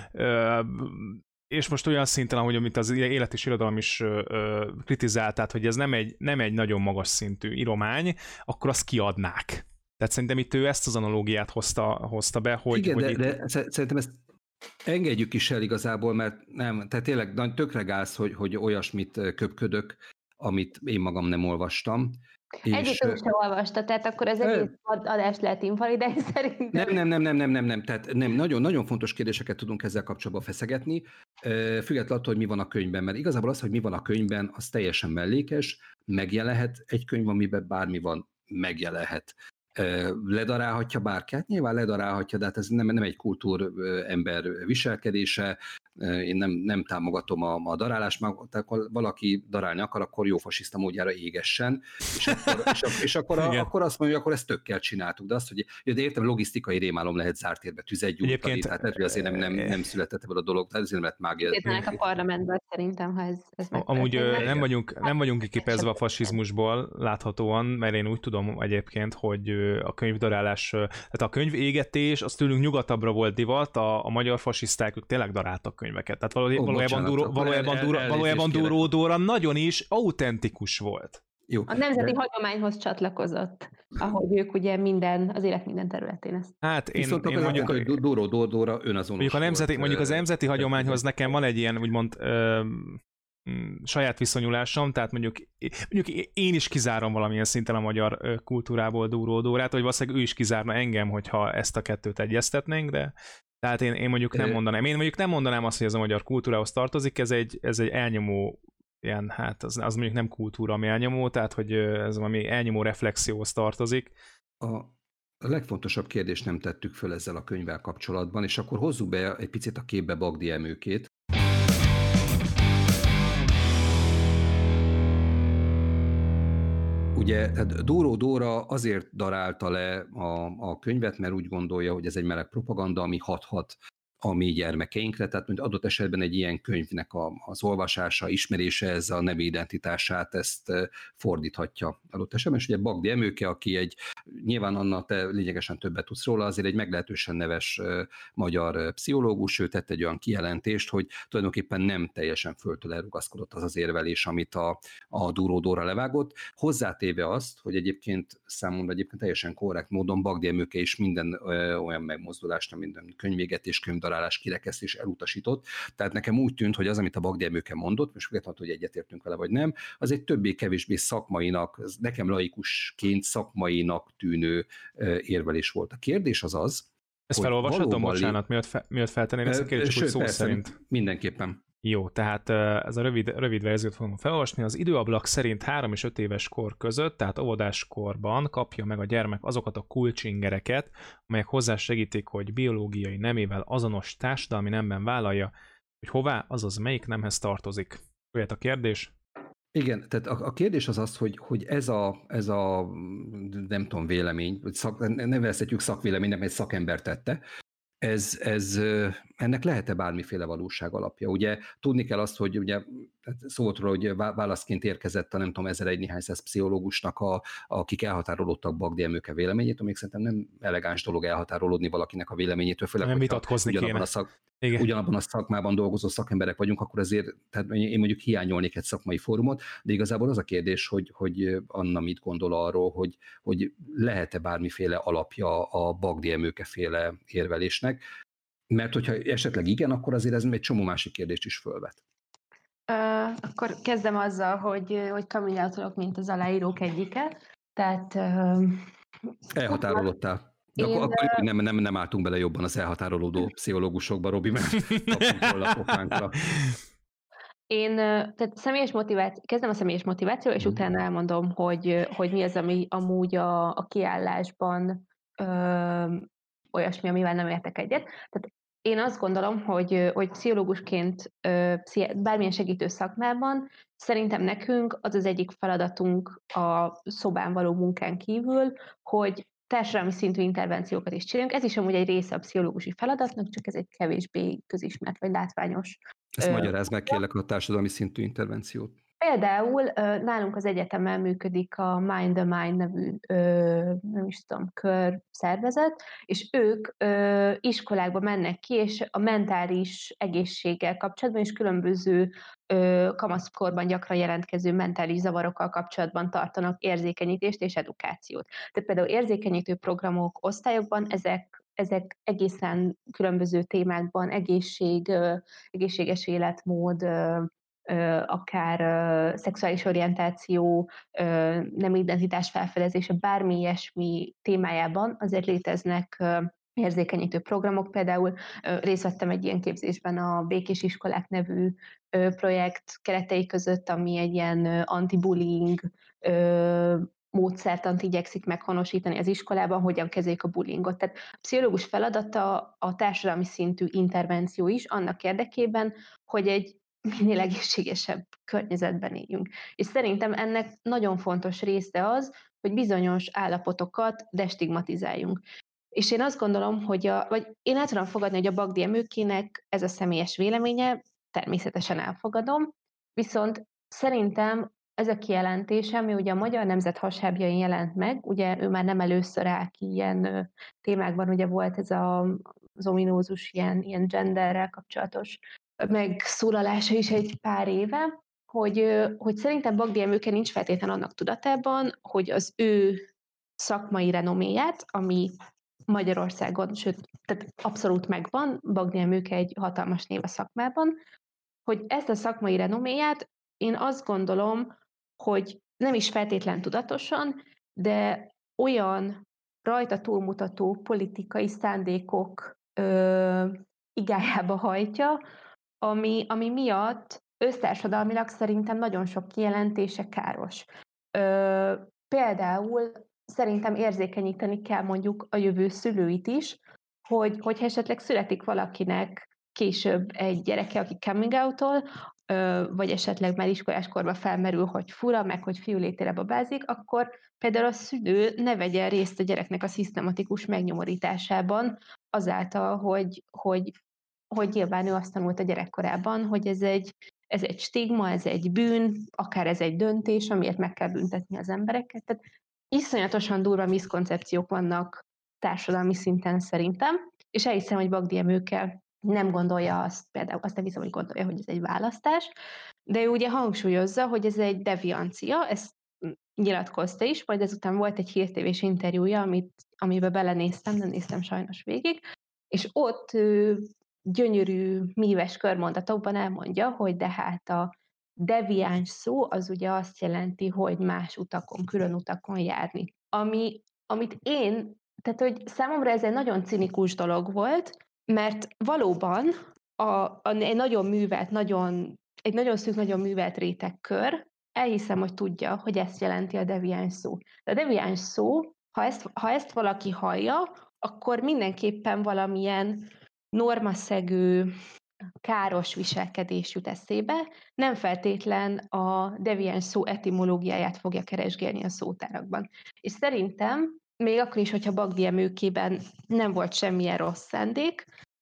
[SPEAKER 1] és most olyan szinten, ahogy amit az élet és irodalom is kritizált, tehát hogy ez nem egy nagyon magas szintű íromány, akkor azt kiadnák. Tehát szerintem itt ő ezt az analógiát hozta be, hogy...
[SPEAKER 3] Igen,
[SPEAKER 1] hogy
[SPEAKER 3] de szerintem ezt engedjük is el igazából, mert nem, tehát tényleg tökre gáz, hogy olyasmit köpködök, amit én magam nem olvastam.
[SPEAKER 2] Egyikünk se olvasta, tehát akkor az egész adást lehet invalidálni szerintem.
[SPEAKER 3] Nem. Tehát nem, nagyon fontos kérdéseket tudunk ezzel kapcsolatban feszegetni, függetlenül attól, hogy mi van a könyvben, mert igazából az, hogy mi van a könyvben, az teljesen mellékes, megjelenhet egy könyv, amiben bármi van, megjelenhet. Ledarálhatja bárki? Hát nyilván ledarálhatja, de hát ez nem egy kultúrember viselkedése, én nem támogatom a darálást, tehát akkor valaki darálni akar, akkor jó fasiszta módjára égessen, és akkor azt mondja, hogy akkor ezt tökkel csináltuk, de azt, hogy de értem, logisztikai rémálom lehet zárt térbe tüzet gyújtani, tehát azért nem született ebből a dolog, tehát azért lehet mágia.
[SPEAKER 2] A parlamentből szerintem, ha ez
[SPEAKER 1] amúgy nem vagyunk kiképezve a fasizmusból láthatóan, mert én úgy tudom egyébként, hogy a könyvdarálás, tehát a könyvégetés, az tőlünk nyugatabbra volt divat, a magyar fasiszták, ők tényleg daráltak könyveket. Tehát valójában Duró Dóra nagyon is autentikus volt.
[SPEAKER 2] Jó. A nemzeti hagyományhoz csatlakozott, ahogy ők ugye az élet minden területén ezt.
[SPEAKER 1] Hát én mondjuk,
[SPEAKER 3] hogy Duró Dóra önazonos
[SPEAKER 1] mondjuk az nemzeti hagyományhoz nekem van egy ilyen, úgymond saját viszonyulásom, tehát mondjuk én is kizárom valamilyen szinten a magyar kultúrából Duró Dórát, vagy valószínűleg ő is kizárna engem, hogyha ezt a kettőt egyeztetnénk, de tehát én mondjuk nem mondanám. Én mondjuk nem mondanám azt, hogy ez a magyar kultúrához tartozik, ez egy elnyomó ilyen, hát az mondjuk nem kultúra, ami elnyomó, tehát hogy ez valami elnyomó reflexióhoz tartozik.
[SPEAKER 3] A legfontosabb kérdést nem tettük föl ezzel a könyvvel kapcsolatban, és akkor hozzuk be egy picit a képbe Bagdi Emőkét. Ugye Duró Dóra azért darálta le a könyvet, mert úgy gondolja, hogy ez egy meleg propaganda, ami hathat a mi gyermekeinkre, tehát mint adott esetben egy ilyen könyvnek az olvasása, ismerése, ez a nemi identitását, ezt fordíthatja adott esetben, és ugye Bagdi Emőke, aki nyilván Anna, te lényegesen többet tudsz róla, azért egy meglehetősen neves magyar pszichológus, ő tett egy olyan kijelentést, hogy tulajdonképpen nem teljesen föltől elrugaszkodott az érvelés, amit a Duró Dóra levágott, hozzátéve azt, hogy egyébként számomra teljesen korrekt módon Bagdi Emőke is minden olyan megmozdulást, minden könyvégetés, könyvdarálás, kirekesztés elutasított. Tehát nekem úgy tűnt, hogy az, amit a Bagdi Emőke mondott, most függetlenül, hogy egyetértünk vele vagy nem, az egy többé-kevésbé szakmainak, nekem laikusként szakmainak tűnő érvelés volt. A kérdés az,
[SPEAKER 1] ezt felolvashatom, bocsánat, miatt feltenném ezt a kérdést, hogy szó szerint.
[SPEAKER 3] Mindenképpen.
[SPEAKER 1] Jó, tehát ez a rövid verziót fogom felolvasni. Az időablak szerint 3 és 5 éves kor között, tehát óvodáskorban kapja meg a gyermek azokat a kulcsingereket, amelyek hozzá segítik, hogy biológiai nemével azonos társadalmi nemben vállalja, hogy hová, azaz melyik nemhez tartozik. Jöhet a kérdés?
[SPEAKER 3] Igen, tehát a kérdés az, hogy ez a nem tudom, vélemény, nevezhetjük szakvéleménynek, mert egy szakember tette, ennek lehet-e bármiféle valóság alapja? Ugye tudni kell azt, hogy ugye szó volt róla, hogy válaszként érkezett a nem tudom, 1001 néhány száz pszichológusnak, akik elhatárolódtak Bagdi Emőke véleményét, amíg szerintem nem elegáns dolog elhatárolódni valakinek a véleményétől, főleg,
[SPEAKER 1] nem vitatkozni kéne.
[SPEAKER 3] Ugyanabban a szakmában dolgozó szakemberek vagyunk, akkor azért, tehát én mondjuk hiányolnék egy szakmai fórumot, de igazából az a kérdés, hogy Anna mit gondol arról, hogy lehet-e bármiféle alapja a Bagdi Emőke féle érvelésnek, mert hogyha esetleg igen, akkor azért ez egy csomó másik kérdést is fölvet.
[SPEAKER 2] Akkor kezdem azzal, hogy kamillátolok, mint az aláírók egyike. Tehát...
[SPEAKER 3] Elhatárolottál. De akkor nem álltunk bele jobban az elhatárolódó pszichológusokba, Robi, mert kapunk volna a pofánkra.
[SPEAKER 2] Én tehát kezdem a személyes motiváció, és utána elmondom, hogy mi az, ami amúgy a kiállásban olyasmi, amivel nem értek egyet. Tehát én azt gondolom, hogy pszichológusként bármilyen segítő szakmában szerintem nekünk az egyik feladatunk a szobán való munkán kívül, hogy társadalmi szintű intervenciókat is csinálunk. Ez is amúgy egy része a pszichológusi feladatnak, csak ez egy kevésbé közismert vagy látványos.
[SPEAKER 3] Ezt magyarázd meg, kérlek, a társadalmi szintű intervenciót.
[SPEAKER 2] Például nálunk az egyetemen működik a Mind the Mind nevű, nem is tudom, körszervezet, és ők iskolákba mennek ki, és a mentális egészséggel kapcsolatban, és különböző kamaszkorban gyakran jelentkező mentális zavarokkal kapcsolatban tartanak érzékenyítést és edukációt. Tehát például érzékenyítő programok osztályokban ezek egészen különböző témákban, egészséges életmód, akár szexuális orientáció, nem identitás felfedezése, bármi ilyesmi témájában azért léteznek érzékenyítő programok. Például részt vettem egy ilyen képzésben a Békés Iskolák nevű projekt keretei között, ami egy ilyen anti-bullying módszertant igyekszik meghonosítani az iskolában, hogyan kezeljük a bullyingot. Tehát a pszichológus feladata a társadalmi szintű intervenció is annak érdekében, hogy egy minél egészségesebb környezetben éljünk. És szerintem ennek nagyon fontos része az, hogy bizonyos állapotokat destigmatizáljunk. És én azt gondolom, vagy én el tudom fogadni, hogy a Bagdi Emőkének ez a személyes véleménye, természetesen elfogadom, viszont szerintem ez a kijelentés, ami ugye a Magyar Nemzet hasábjain jelent meg, ugye ő már nem először áll ki ilyen témákban, ugye volt ez az ominózus ilyen genderrel kapcsolatos megszólalása is egy pár éve, hogy szerintem Bagdi Emőke nincs feltétlenül annak tudatában, hogy az ő szakmai renoméját, ami Magyarországon, sőt, tehát abszolút megvan, Bagdi Emőke egy hatalmas név a szakmában, hogy ezt a szakmai renoméját én azt gondolom, hogy nem is feltétlen tudatosan, de olyan rajta túlmutató politikai szándékok igájába hajtja, ami miatt össztársadalmilag szerintem nagyon sok kijelentése káros. Például szerintem érzékenyíteni kell mondjuk a jövő szülőit is, hogyha esetleg születik valakinek később egy gyereke, aki coming out-ol, vagy esetleg már iskoláskorban felmerül, hogy fura, meg hogy fiú létére babázik, akkor például a szülő ne vegyen részt a gyereknek a szisztematikus megnyomorításában azáltal, hogy nyilván ő azt tanult a gyerekkorában, hogy ez egy stigma, ez egy bűn, akár ez egy döntés, amiért meg kell büntetni az embereket. Tehát iszonyatosan durva miszkoncepciók vannak társadalmi szinten szerintem, és elhiszem, hogy Bagdi Emőke nem gondolja azt, például azt nem hiszem, hogy gondolja, hogy ez egy választás, de ő ugye hangsúlyozza, hogy ez egy deviancia, ezt nyilatkozta is, majd ezután volt egy hírtévés interjúja, amiben belenéztem, nem néztem sajnos végig, és ott gyönyörű, míves körmondatokban elmondja, hogy de hát a deviáns szó az ugye azt jelenti, hogy más utakon, külön utakon járni. Amit tehát hogy számomra ez egy nagyon cinikus dolog volt, mert valóban egy nagyon művelt, egy nagyon szűk, nagyon művelt rétegkör, elhiszem, hogy tudja, hogy ezt jelenti a deviáns szó. De a deviáns szó, ha ezt valaki hallja, akkor mindenképpen valamilyen normaszegő, káros viselkedés jut eszébe, nem feltétlen a deviáns szó etimológiáját fogja keresgélni a szótárakban. És szerintem, még akkor is, hogyha Bagdi Emőkében nem volt semmilyen rossz szándék,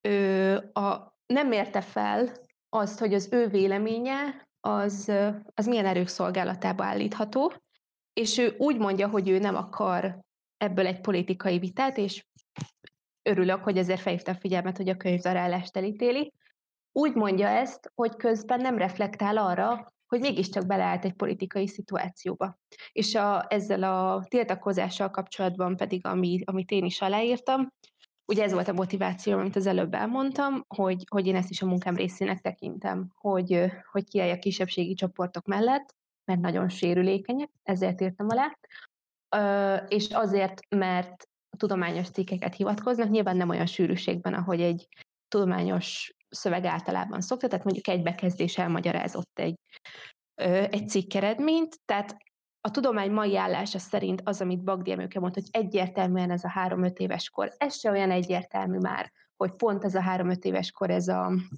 [SPEAKER 2] nem mérte fel azt, hogy az ő véleménye az milyen erők szolgálatába állítható, és ő úgy mondja, hogy ő nem akar ebből egy politikai vitát, és örülök, hogy ezért felhívta a figyelmet, hogy a könyvdarálást elítéli. Úgy mondja ezt, hogy közben nem reflektál arra, hogy mégiscsak beleállt egy politikai szituációba. És ezzel a tiltakozással kapcsolatban pedig, amit én is aláírtam, ugye ez volt a motiváció, amit az előbb elmondtam, hogy én ezt is a munkám részének tekintem, hogy kiállj a kisebbségi csoportok mellett, mert nagyon sérülékenyek, ezért írtam alá, és azért, mert tudományos cikkeket hivatkoznak, nyilván nem olyan sűrűségben, ahogy egy tudományos szöveg általában szokta, tehát mondjuk egy bekezdés elmagyarázott egy cikk eredményt, tehát a tudomány mai állása szerint az, amit Bagdi Emőke mondta, hogy egyértelműen ez a 3-5 éves kor, ez se olyan egyértelmű már, hogy pont ez a 3-5 éves kor, ez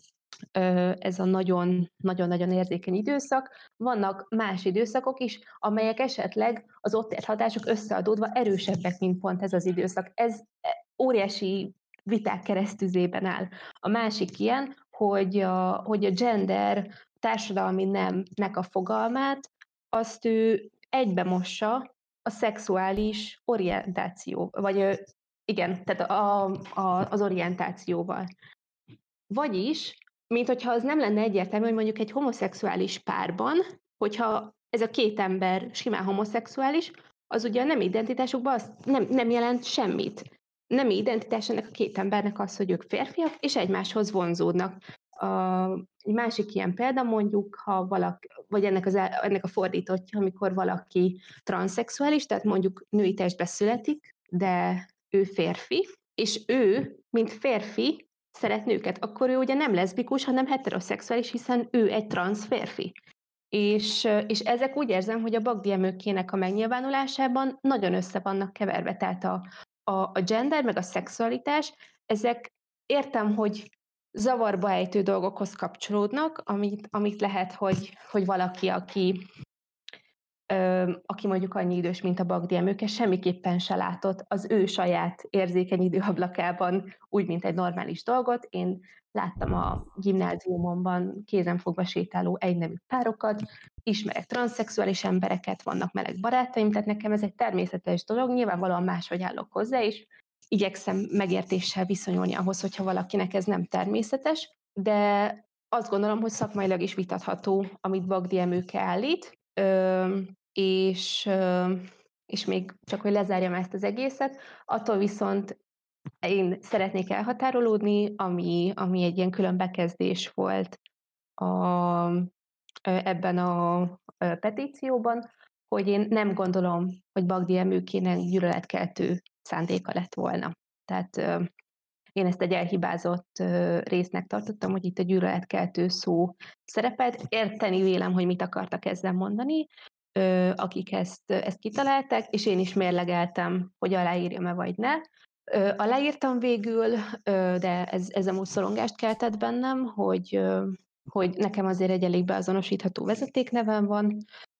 [SPEAKER 2] a nagyon-nagyon érzékeny időszak. Vannak más időszakok is, amelyek esetleg az ott ért hatások összeadódva erősebbek, mint pont ez az időszak. Ez óriási viták keresztüzében áll. A másik ilyen, hogy a gender társadalmi nemnek a fogalmát, azt ő egybemossa a szexuális orientáció, vagy igen, tehát az orientációval. Vagyis, mint hogyha az nem lenne egyértelmű, hogy mondjuk egy homoszexuális párban, hogyha ez a két ember simán homoszexuális, az ugye a nemi identitásukban nem jelent semmit. Nemi identitás ennek a két embernek az, hogy ők férfiak, és egymáshoz vonzódnak. Egy másik ilyen példa mondjuk, ha valaki, vagy ennek a fordítottja, amikor valaki transzexuális, tehát mondjuk női testbe születik, de ő férfi, és ő, mint férfi, szeret nőket, akkor ő ugye nem leszbikus, hanem heteroszexuális, hiszen ő egy transz férfi. És ezek úgy érzem, hogy a bagdiemőkének a megnyilvánulásában nagyon össze vannak keverve, tehát a gender meg a szexualitás, ezek értem, hogy zavarba ejtő dolgokhoz kapcsolódnak, amit lehet, hogy valaki, aki mondjuk annyi idős, mint a bagdiemőke, semmiképpen se látott az ő saját érzékeny időablakában úgy, mint egy normális dolgot. Én láttam a gimnáziumomban kézenfogva sétáló egynemű párokat, ismerek transzszexuális embereket, vannak meleg barátaim, tehát nekem ez egy természetes dolog, nyilvánvalóan máshogy állok hozzá, és igyekszem megértéssel viszonyulni ahhoz, hogyha valakinek ez nem természetes, de azt gondolom, hogy szakmailag is vitatható, amit Bagdi Emőke állít, és még csak, hogy lezárjam ezt az egészet, attól viszont én szeretnék elhatárolódni, ami egy ilyen külön bekezdés volt ebben a petícióban, hogy én nem gondolom, hogy Bagdi Emőkének gyűlöletkeltő szándéka lett volna. Tehát én ezt egy elhibázott résznek tartottam, hogy itt a gyűlöletkeltő szó szerepelt. Érteni vélem, hogy mit akartak ezzel mondani, akik ezt kitalálták, és én is mérlegeltem, hogy aláírjam-e vagy ne. Aláírtam végül, de ez amúgy szorongást keltett bennem, hogy nekem azért egy elég beazonosítható vezetéknevem van,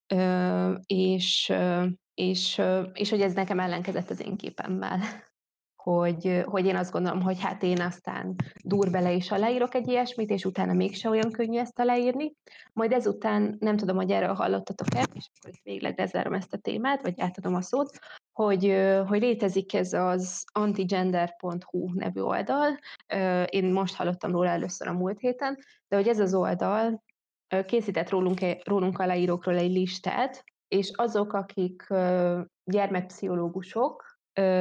[SPEAKER 2] és hogy ez nekem ellenkezett az én képemmel. Hogy én azt gondolom, hogy hát én aztán dur bele és aláírok egy ilyesmit, és utána mégse olyan könnyű ezt aláírni. Majd ezután, nem tudom, hogy erről hallottatok-e, és akkor itt végleg lezárom ezt a témát, vagy átadom a szót, hogy létezik ez az antigender.hu nevű oldal. Én most hallottam róla először a múlt héten, de hogy ez az oldal készített rólunk aláírókról egy listát, és azok, akik gyermekpszichológusok,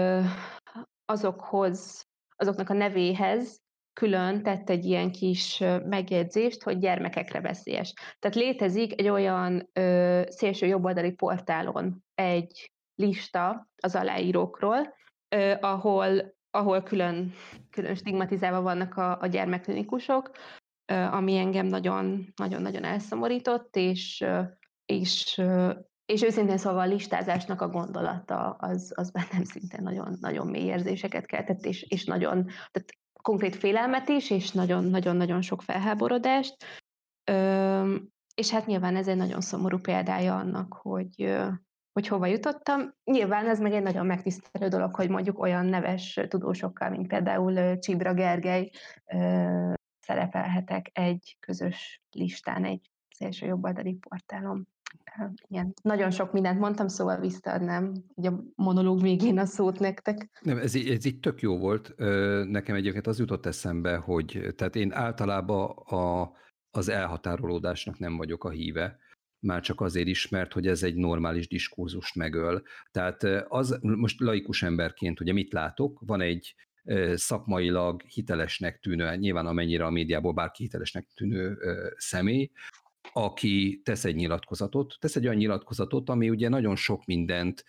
[SPEAKER 2] azoknak a nevéhez külön tett egy ilyen kis megjegyzést, hogy gyermekekre veszélyes. Tehát létezik egy olyan szélső jobboldali portálon egy lista az aláírókról, ahol külön stigmatizálva vannak a gyermekklinikusok, ami engem nagyon-nagyon elszomorított, és őszintén szólva a listázásnak a gondolata az bennem szintén nagyon mély érzéseket keltett, és tehát konkrét félelmet is, és nagyon-nagyon sok felháborodást. És hát nyilván ez egy nagyon szomorú példája annak, hogy hova jutottam. Nyilván ez meg egy nagyon megtisztelő dolog, hogy mondjuk olyan neves tudósokkal, mint például Csibra Gergely szerepelhetek egy közös listán, egy szélső jobboldali portálon. Igen, nagyon sok mindent mondtam, szóval visszaadnám ugye a monológ végén a szót nektek.
[SPEAKER 3] Nem, ez így tök jó volt. Nekem egyébként az jutott eszembe, hogy tehát én általában az elhatárolódásnak nem vagyok a híve, már csak azért is, mert hogy ez egy normális diskurzust megöl. Tehát az most laikus emberként ugye mit látok? Van egy szakmailag hitelesnek tűnő, nyilván amennyire a médiából bárki hitelesnek tűnő személy, aki tesz egy olyan nyilatkozatot, ami ugye nagyon sok mindent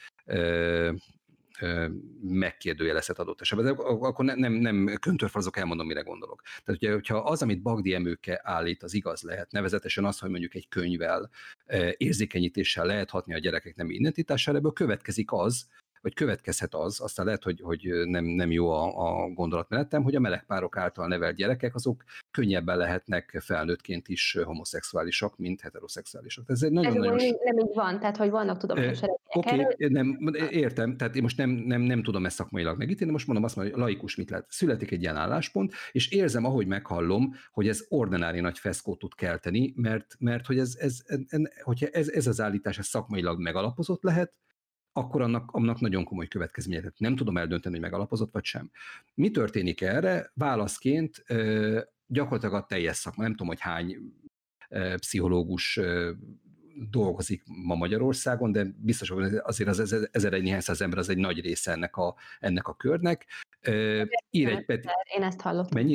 [SPEAKER 3] megkérdőjelezhet adott esetben. Akkor nem köntörfalazok, elmondom, mire gondolok. Tehát ugye, hogyha az, amit Bagdi Emőke állít, az igaz lehet, nevezetesen az, hogy mondjuk egy könyvvel, érzékenyítéssel lehet hatni a gyerekek nemi identitására, ebből következik az, vagy következhet az, aztán lehet, hogy nem jó a gondolatmenetem, hogy a melegpárok által nevelt gyerekek, azok könnyebben lehetnek felnőttként is homoszexuálisak, mint heteroszexuálisak. Ez egy nagyon
[SPEAKER 2] nem így van, tehát hogy vannak tudományos eredmények.
[SPEAKER 3] Oké, értem, tehát én most nem tudom ezt szakmailag megítélni, most mondom azt, hogy laikus mit lehet. Születik egy ilyen álláspont, és érzem, ahogy meghallom, hogy ez ordinári nagy feszkót tud kelteni, mert hogy hogyha ez az állítás ez szakmailag megalapozott lehet, akkor annak nagyon komoly következménye. Tehát nem tudom eldönteni, hogy megalapozott vagy sem. Mi történik erre? Válaszként gyakorlatilag a teljes szakma, nem tudom, hogy hány pszichológus dolgozik ma Magyarországon, de biztos, hogy azért az 1100 ember az egy nagy része ennek a körnek. Ír egy
[SPEAKER 2] Én ezt hallottam.
[SPEAKER 3] Mennyit?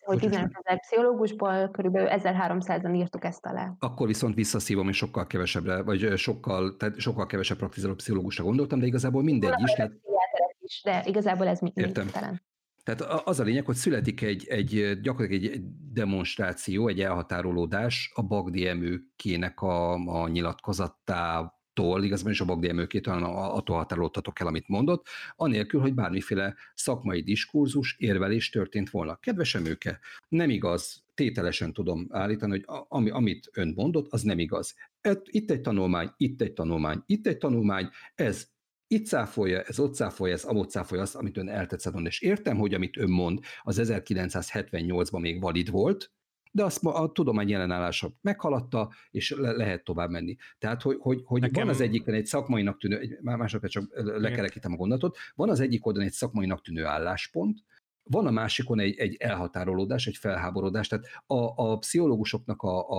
[SPEAKER 2] hogy 15 000 pszichológusból körülbelül 1300-an írtuk ezt alá.
[SPEAKER 3] Akkor viszont visszaszívom, és sokkal kevesebbre, vagy sokkal kevesebb praktizáló pszichológusra gondoltam, de igazából mindegy is. Tehát...
[SPEAKER 2] De igazából ez
[SPEAKER 3] Értem.
[SPEAKER 2] talán.
[SPEAKER 3] Tehát az a lényeg, hogy születik gyakorlatilag egy demonstráció, egy elhatárolódás a Bagdi Emőkének a nyilatkozattától, igazából is a Bagdi Emőkétől, hanem attól határolódtatok el, amit mondott, anélkül, hogy bármiféle szakmai diskurzus, érvelés történt volna. Kedves Emőke, nem igaz, tételesen tudom állítani, hogy amit ön mondott, az nem igaz. Itt egy tanulmány, itt egy tanulmány, itt egy tanulmány, ez itt cáfolja, ez ott cáfolja, ez amott cáfolja azt, amit ön eltetszett mondani. És értem, hogy amit ön mond, az 1978-ban még valid volt, de azt a tudomány jelenállása meghaladta, és lehet tovább menni. Tehát, hogy van az egyikben egy szakmainak tűnő, másodperc csak lekerekítem a gondolatot, van az egyik oldalon egy szakmainak tűnő álláspont, van a másikon egy elhatárolódás, egy felháborodás, tehát a pszichológusoknak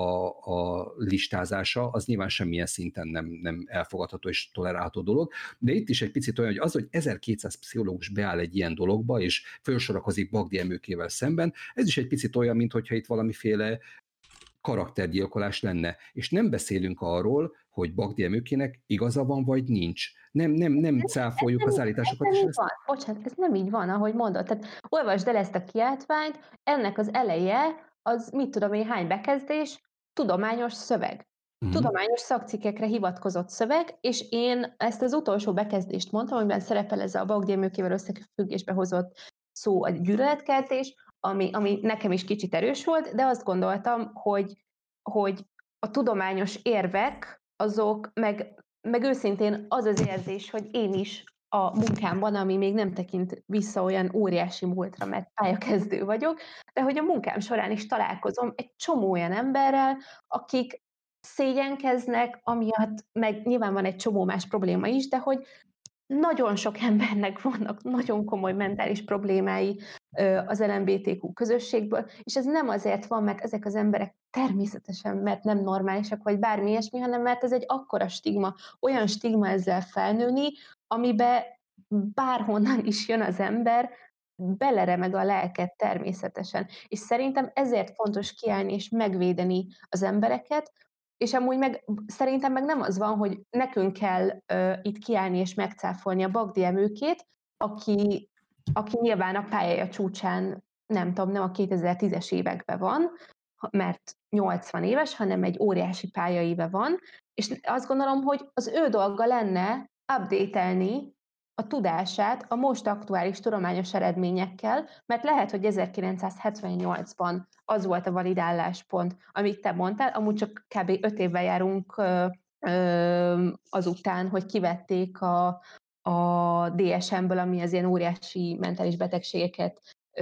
[SPEAKER 3] a listázása az nyilván semmilyen szinten nem elfogadható és tolerálható dolog, de itt is egy picit olyan, hogy 1200 pszichológus beáll egy ilyen dologba, és felsorakozik Bagdi Emőkével szemben, ez is egy picit olyan, mintha itt valamiféle karaktergyilkolás lenne, és nem beszélünk arról, hogy Bagdi Emőkének igaza van, vagy nincs. Nem cáfoljuk az állításokat.
[SPEAKER 2] Bocsánat, ez nem így van, ahogy mondod. Tehát olvasd el ezt a kiáltványt, ennek az eleje az mit tudom én hány bekezdés, tudományos szöveg. Tudományos szakcikkekre hivatkozott szöveg, és én ezt az utolsó bekezdést mondtam, amiben szerepel ez a Bagdi Emőkével összefüggésbe hozott szó, a gyűlöletkeltés, ami nekem is kicsit erős volt, de azt gondoltam, hogy a tudományos érvek, azok, meg őszintén az az érzés, hogy én is a munkámban, ami még nem tekint vissza olyan óriási múltra, mert pályakezdő vagyok, de hogy a munkám során is találkozom egy csomó olyan emberrel, akik szégyenkeznek, amiatt meg nyilván van egy csomó más probléma is, de hogy nagyon sok embernek vannak nagyon komoly mentális problémái az LMBTQ közösségből, és ez nem azért van, mert ezek az emberek természetesen, mert nem normálisak, vagy bármi ilyesmi, hanem mert ez egy akkora stigma, olyan stigma ezzel felnőni, amibe bárhonnan is jön az ember, beleremeg a lelket természetesen. És szerintem ezért fontos kiállni és megvédeni az embereket, és amúgy szerintem nem az van, hogy nekünk kell itt kiállni és megcáfolni a Bagdi Emőkét, aki nyilván a pályája csúcsán, nem a 2010-es években van, mert 80 éves, hanem egy óriási pályaéve van, és azt gondolom, hogy az ő dolga lenne update-elni a tudását a most aktuális tudományos eredményekkel, mert lehet, hogy 1978-ban az volt a valid álláspont, amit te mondtál, amúgy csak kb. 5 évvel járunk azután, hogy kivették a DSM-ből, ami az ilyen óriási mentális betegségeket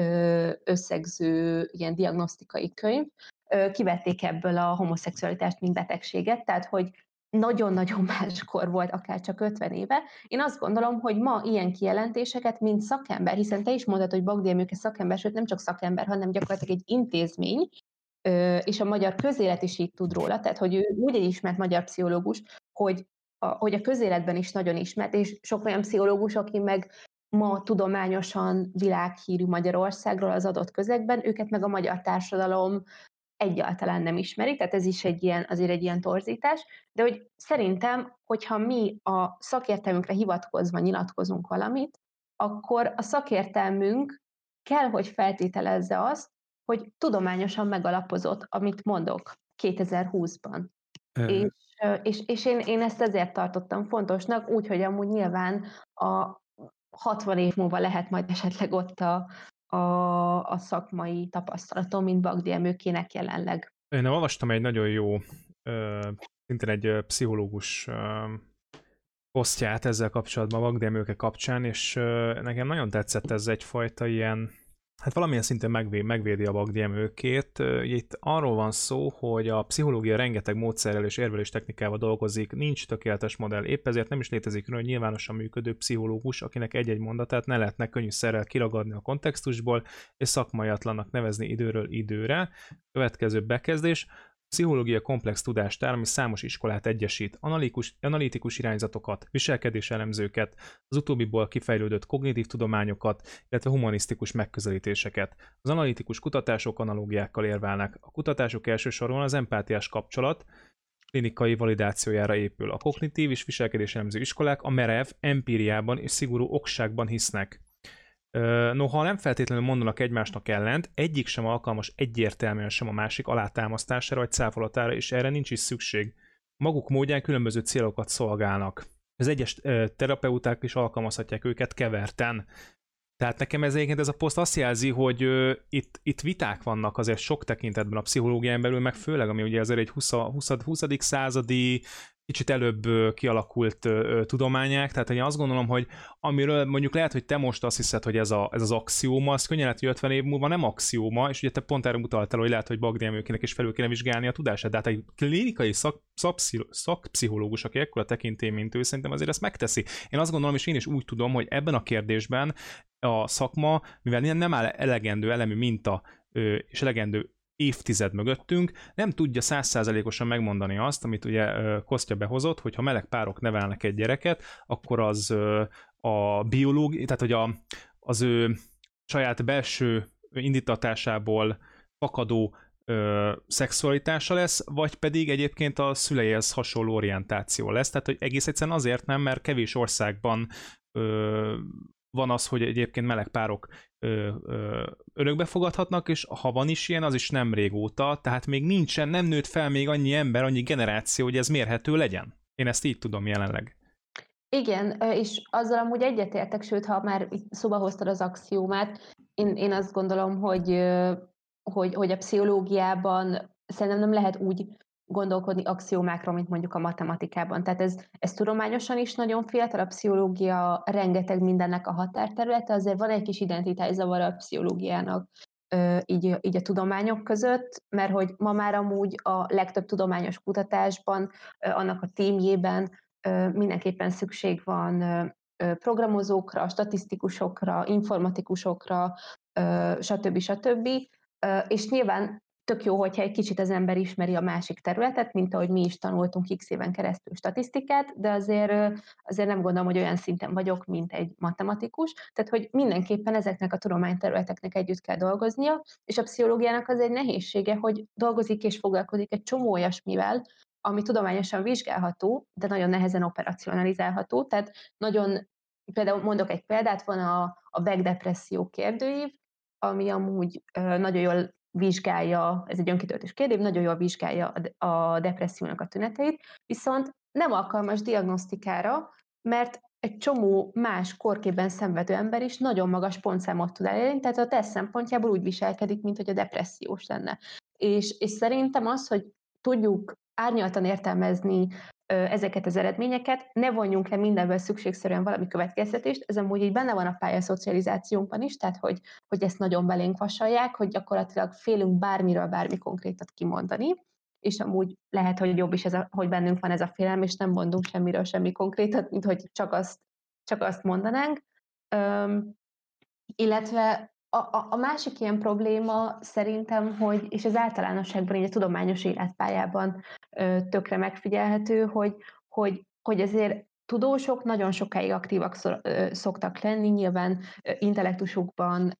[SPEAKER 2] összegző ilyen diagnosztikai könyv, kivették ebből a homoszexualitást, mint betegséget, tehát hogy nagyon-nagyon máskor volt, akár csak 50 éve. Én azt gondolom, hogy ma ilyen kijelentéseket, mint szakember, hiszen te is mondtad, hogy Bagdi Emőke szakember, sőt nem csak szakember, hanem gyakorlatilag egy intézmény, és a magyar közélet is így tud róla, tehát hogy ő úgy egy ismert magyar pszichológus, hogy a közéletben is nagyon ismert, és sok olyan pszichológus, aki meg ma tudományosan világhírű Magyarországról az adott közegben, őket meg a magyar társadalom egyáltalán nem ismeri, tehát ez is azért egy ilyen torzítás, de hogy szerintem, hogyha mi a szakértelmünkre hivatkozva nyilatkozunk valamit, akkor a szakértelmünk kell, hogy feltételezze azt, hogy tudományosan megalapozott, amit mondok 2020-ban. És én ezt ezért tartottam fontosnak, úgyhogy amúgy nyilván a 60 év múlva lehet majd esetleg ott a szakmai tapasztalatom, mint Bagdi Emőkének jelenleg.
[SPEAKER 1] Én olvastam egy nagyon jó, szintén egy pszichológus posztját ezzel kapcsolatban, Bagdi Emőke kapcsán, és nekem nagyon tetszett ez egyfajta ilyen, hát valamilyen szinten megvédi a Bagdi Emőkét. Itt arról van szó, hogy a pszichológia rengeteg módszerrel és érvelés technikával dolgozik, nincs tökéletes modell, épp ezért nem is létezik olyan nyilvánosan működő pszichológus, akinek egy-egy mondatát ne lehetne könnyűszerrel kiragadni a kontextusból, és szakmaiatlannak nevezni időről időre. Következő bekezdés. pszichológia komplex tudástár, ami számos iskolát egyesít, analitikus irányzatokat, viselkedéselemzőket, az utóbbiból kifejlődött kognitív tudományokat, illetve humanisztikus megközelítéseket. Az analitikus kutatások analógiákkal érvelnek. A kutatások elsősorban az empátiás kapcsolat klinikai validációjára épül. A kognitív és viselkedéselemző iskolák a merev, empíriában és szigorú okságban hisznek. Noha nem feltétlenül mondanak egymásnak ellent, egyik sem alkalmas egyértelműen sem a másik alátámasztására vagy cáfolatára, és erre nincs is szükség. Maguk módján különböző célokat szolgálnak. Az egyes terapeuták is alkalmazhatják őket keverten. Tehát nekem egyébként ez a poszt azt jelzi, hogy itt viták vannak azért sok tekintetben a pszichológián belül, meg főleg, ami ugye azért egy 20. századi, kicsit előbb kialakult tudományák, tehát én azt gondolom, hogy amiről mondjuk lehet, hogy te most azt hiszed, hogy ez az axióma, az könnyen lehet, hogy 50 év múlva nem axióma, és ugye te pont erre utaltál, hogy lehet, hogy Bagdi Emőkének is felül kéne vizsgálni a tudását, de hát egy klinikai szakpszichológus, aki ekkora tekintély, mint ő, szerintem azért ezt megteszi. Én azt gondolom, és én is úgy tudom, hogy ebben a kérdésben a szakma, mivel nem áll elegendő elemű minta és elegendő évtized mögöttünk, nem tudja 100%-osan megmondani azt, amit ugye Kostya behozott, hogy ha meleg párok nevelnek egy gyereket, akkor az a biológia, tehát hogy az ő saját belső indítatásából fakadó szexualitása lesz, vagy pedig egyébként a szüleihez hasonló orientáció lesz. Tehát, hogy egész egyszerűen azért nem, mert kevés országban van az, hogy egyébként meleg párok örökbe fogadhatnak, és ha van is ilyen, az is nem régóta, tehát még nem nőtt fel még annyi ember, annyi generáció, hogy ez mérhető legyen. Én ezt így tudom jelenleg.
[SPEAKER 2] Igen, és azzal amúgy egyetértek, sőt, ha már szóba hoztad az axiómát, én azt gondolom, hogy a pszichológiában szerintem nem lehet úgy gondolkodni axiómákról, mint mondjuk a matematikában. Tehát ez tudományosan is nagyon fiatal, a pszichológia rengeteg mindennek a határterülete, azért van egy kis identitászavar a pszichológiának így a tudományok között, mert hogy ma már amúgy a legtöbb tudományos kutatásban, annak a témjében mindenképpen szükség van programozókra, statisztikusokra, informatikusokra, stb. És nyilván tök jó, hogyha egy kicsit az ember ismeri a másik területet, mint ahogy mi is tanultunk x éven keresztül statisztikát, de azért nem gondolom, hogy olyan szinten vagyok, mint egy matematikus. Tehát, hogy mindenképpen ezeknek a tudományterületeknek együtt kell dolgoznia, és a pszichológiának az egy nehézsége, hogy dolgozik és foglalkozik egy csomó olyasmivel, ami tudományosan vizsgálható, de nagyon nehezen operacionalizálható. Tehát például mondok egy példát, van a Beck depresszió kérdőív, ami amúgy nagyon jól vizsgálja, ez egy önkitöltős kérdőív, nagyon jól vizsgálja a depressziónak a tüneteit, viszont nem alkalmas diagnosztikára, mert egy csomó más korképben szenvedő ember is nagyon magas pontszámot tud elérni, tehát a teszt szempontjából úgy viselkedik, mint hogy a depressziós lenne. És szerintem az, hogy tudjuk árnyaltan értelmezni ezeket az eredményeket, ne vonjunk le mindenből szükségszerűen valami következtetést, ez amúgy így benne van a pályaszocializációnkban is, tehát hogy ezt nagyon belénk vasalják, hogy gyakorlatilag félünk bármiről bármi konkrétat kimondani, és amúgy lehet, hogy jobb is, hogy bennünk van ez a félelem, és nem mondunk semmiről semmi konkrétat, mint hogy csak azt mondanánk. Illetve a másik ilyen probléma szerintem, és az általánosságban így a tudományos életpályában tökre megfigyelhető, hogy ezért tudósok nagyon sokáig aktívak szoktak lenni, nyilván intellektusukban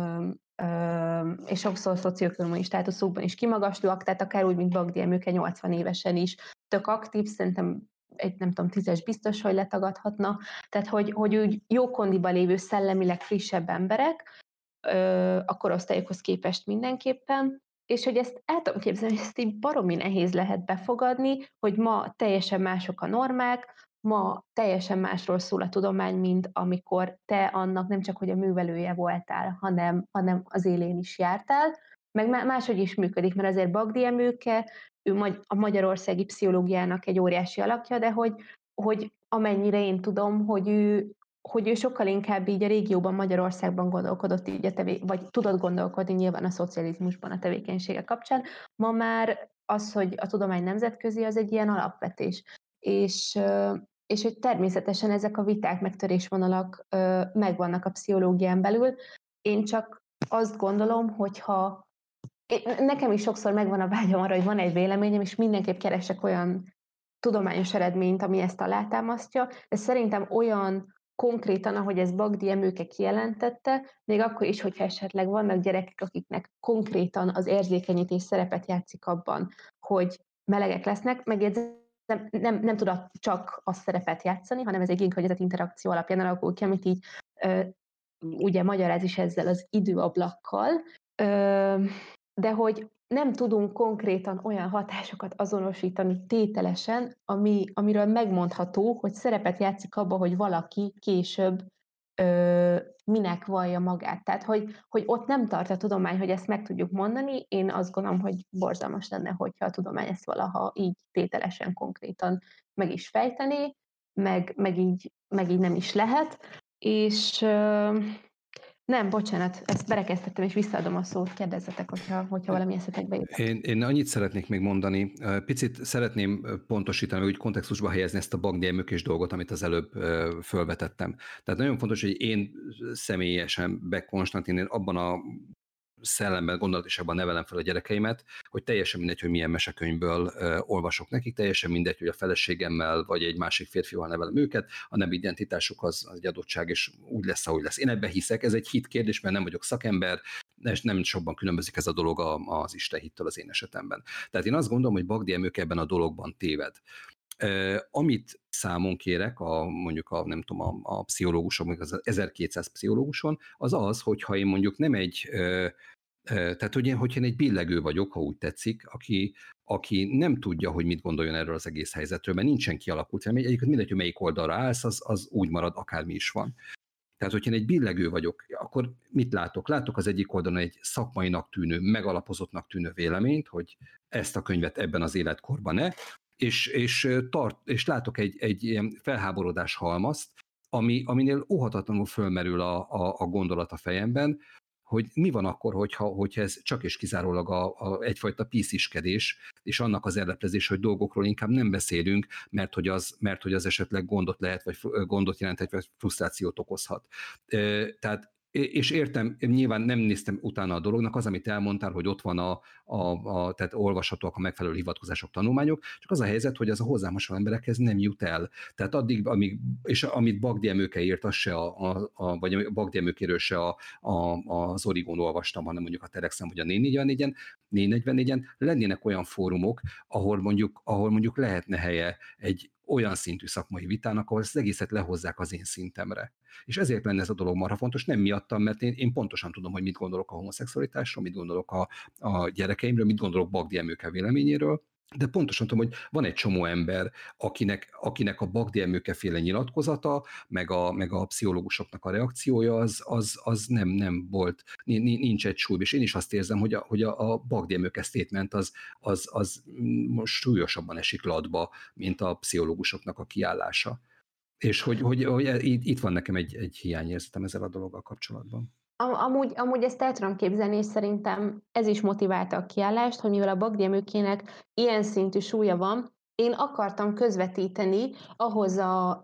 [SPEAKER 2] és sokszor szocioekonomiai státuszukban is kimagaslóak, tehát akár úgy, mint Bagdi Emőke 80 évesen is tök aktív, szerintem nem tudom, 10-es biztos, hogy letagadhatna, tehát hogy úgy jó kondiba lévő szellemileg frissebb emberek, a korosztályokhoz képest mindenképpen, és hogy ezt el tudom képzelni, hogy ezt így baromi nehéz lehet befogadni, hogy ma teljesen mások a normák, ma teljesen másról szól a tudomány, mint amikor te annak nem csak, hogy a művelője voltál, hanem az élén is jártál, meg máshogy is működik, mert azért Bagdi Emőke, ő a magyarországi pszichológiának egy óriási alakja, de hogy amennyire én tudom, hogy ő sokkal inkább így a régióban, Magyarországban gondolkodott így vagy tudott gondolkodni nyilván a szocializmusban a tevékenysége kapcsán. Ma már az, hogy a tudomány nemzetközi, az egy ilyen alapvetés. És hogy természetesen ezek a viták, meg törésvonalak megvannak a pszichológián belül. Én csak azt gondolom, hogy ha Nekem is sokszor megvan a vágyam arra, hogy van egy véleményem, és mindenképp keresek olyan tudományos eredményt, ami ezt alátámasztja, de szerintem olyan konkrétan, ahogy ez Bagdi Emőke kijelentette, még akkor is, hogyha esetleg vannak gyerekek, akiknek konkrétan az érzékenyítés szerepet játszik abban, hogy melegek lesznek, megjegyzem, nem tud csak a szerepet játszani, hanem ez egy génkörnyezet interakció alapján alakul ki, amit így ugye magyaráz is ezzel az időablakkal, de hogy nem tudunk konkrétan olyan hatásokat azonosítani tételesen, amiről megmondható, hogy szerepet játszik abba, hogy valaki később minek vallja magát. Tehát, hogy ott nem tart a tudomány, hogy ezt meg tudjuk mondani. Én azt gondolom, hogy borzalmas lenne, hogyha a tudomány ezt valaha így tételesen, konkrétan meg is fejtené, meg így nem is lehet. És nem, bocsánat, ezt berekeztettem, és visszaadom a szót, kérdezzetek, hogyha valami eszetekbe jut.
[SPEAKER 3] Én annyit szeretnék még mondani, picit szeretném pontosítani, hogy kontextusba helyezni ezt a Bagdi Emőkés dolgot, amit az előbb fölvetettem. Tehát nagyon fontos, hogy én személyesen, Beck Konstantin, én abban a szellemben, gondolatisabban nevelem fel a gyerekeimet, hogy teljesen mindegy, hogy milyen mesekönyvből olvasok nekik, teljesen mindegy, hogy a feleségemmel vagy egy másik férfival nevelem őket, a nem identitásuk az egy adottság, és úgy lesz, ahogy lesz. Én ebben hiszek, ez egy hit kérdés, mert nem vagyok szakember, és nem sokban különbözik ez a dolog az Isten hittől az én esetemben. Tehát én azt gondolom, hogy Bagdi Emőke ebben a dologban téved. Amit számon kérek, nem tudom, a pszichológusok, meg az 1200 pszichológuson, az az, hogyha én mondjuk nem egy, tehát hogyha én egy billegő vagyok, ha úgy tetszik, aki nem tudja, hogy mit gondoljon erről az egész helyzetről, mert nincsen kialakult vélemény, egyébként mindegy, hogy melyik oldalra állsz, az úgy marad, akármi is van. Tehát, hogyha én egy billegő vagyok, akkor mit látok? Látok az egyik oldalon egy szakmainak tűnő, megalapozottnak tűnő véleményt, hogy ezt a könyvet ebben az életkorban ne, és látok egy ilyen felháborodás halmazt, aminél óhatatlanul fölmerül a gondolat a fejemben, hogy mi van akkor, hogyha ez csak és kizárólag egyfajta pisziskedés, és annak az elleplezés, hogy dolgokról inkább nem beszélünk, mert hogy az esetleg gondot lehet, vagy gondot jelenthet, vagy frusztrációt okozhat. Tehát és értem, nyilván nem néztem utána a dolognak, az, amit elmondtál, hogy ott van tehát olvashatóak a megfelelő hivatkozások, tanulmányok, csak az a helyzet, hogy az a hozzám hasonló emberekhez nem jut el. Tehát addig, és amit Bagdi Emőke írt, az se vagy a Bagdi Emőkéről se az Origón olvastam, hanem mondjuk a Telexen, vagy a 444-en, lennének olyan fórumok, ahol mondjuk lehetne helye egy olyan szintű szakmai vitának, ahol ezt az egészet lehozzák az én szintemre. És ezért lenne ez a dolog marha fontos, nem miattam, mert én pontosan tudom, hogy mit gondolok a homoszexualitásról, mit gondolok a gyerekeimről, mit gondolok Bagdi Emőke véleményéről, de pontosan tudom, hogy van egy csomó ember, akinek a Bagdi Emőke féle nyilatkozata, meg a pszichológusoknak a reakciója, az nem volt, nincs egy súly, és én is azt érzem, hogy a Bagdi Emőke statement az most súlyosabban esik latba, mint a pszichológusoknak a kiállása. És hogy itt van nekem egy hiányérzetem ezzel a dologgal kapcsolatban.
[SPEAKER 2] Amúgy ezt el tudom képzelni, és szerintem ez is motiválta a kiállást, hogy mivel a Bagdi Emőkének ilyen szintű súlya van, én akartam közvetíteni ahhoz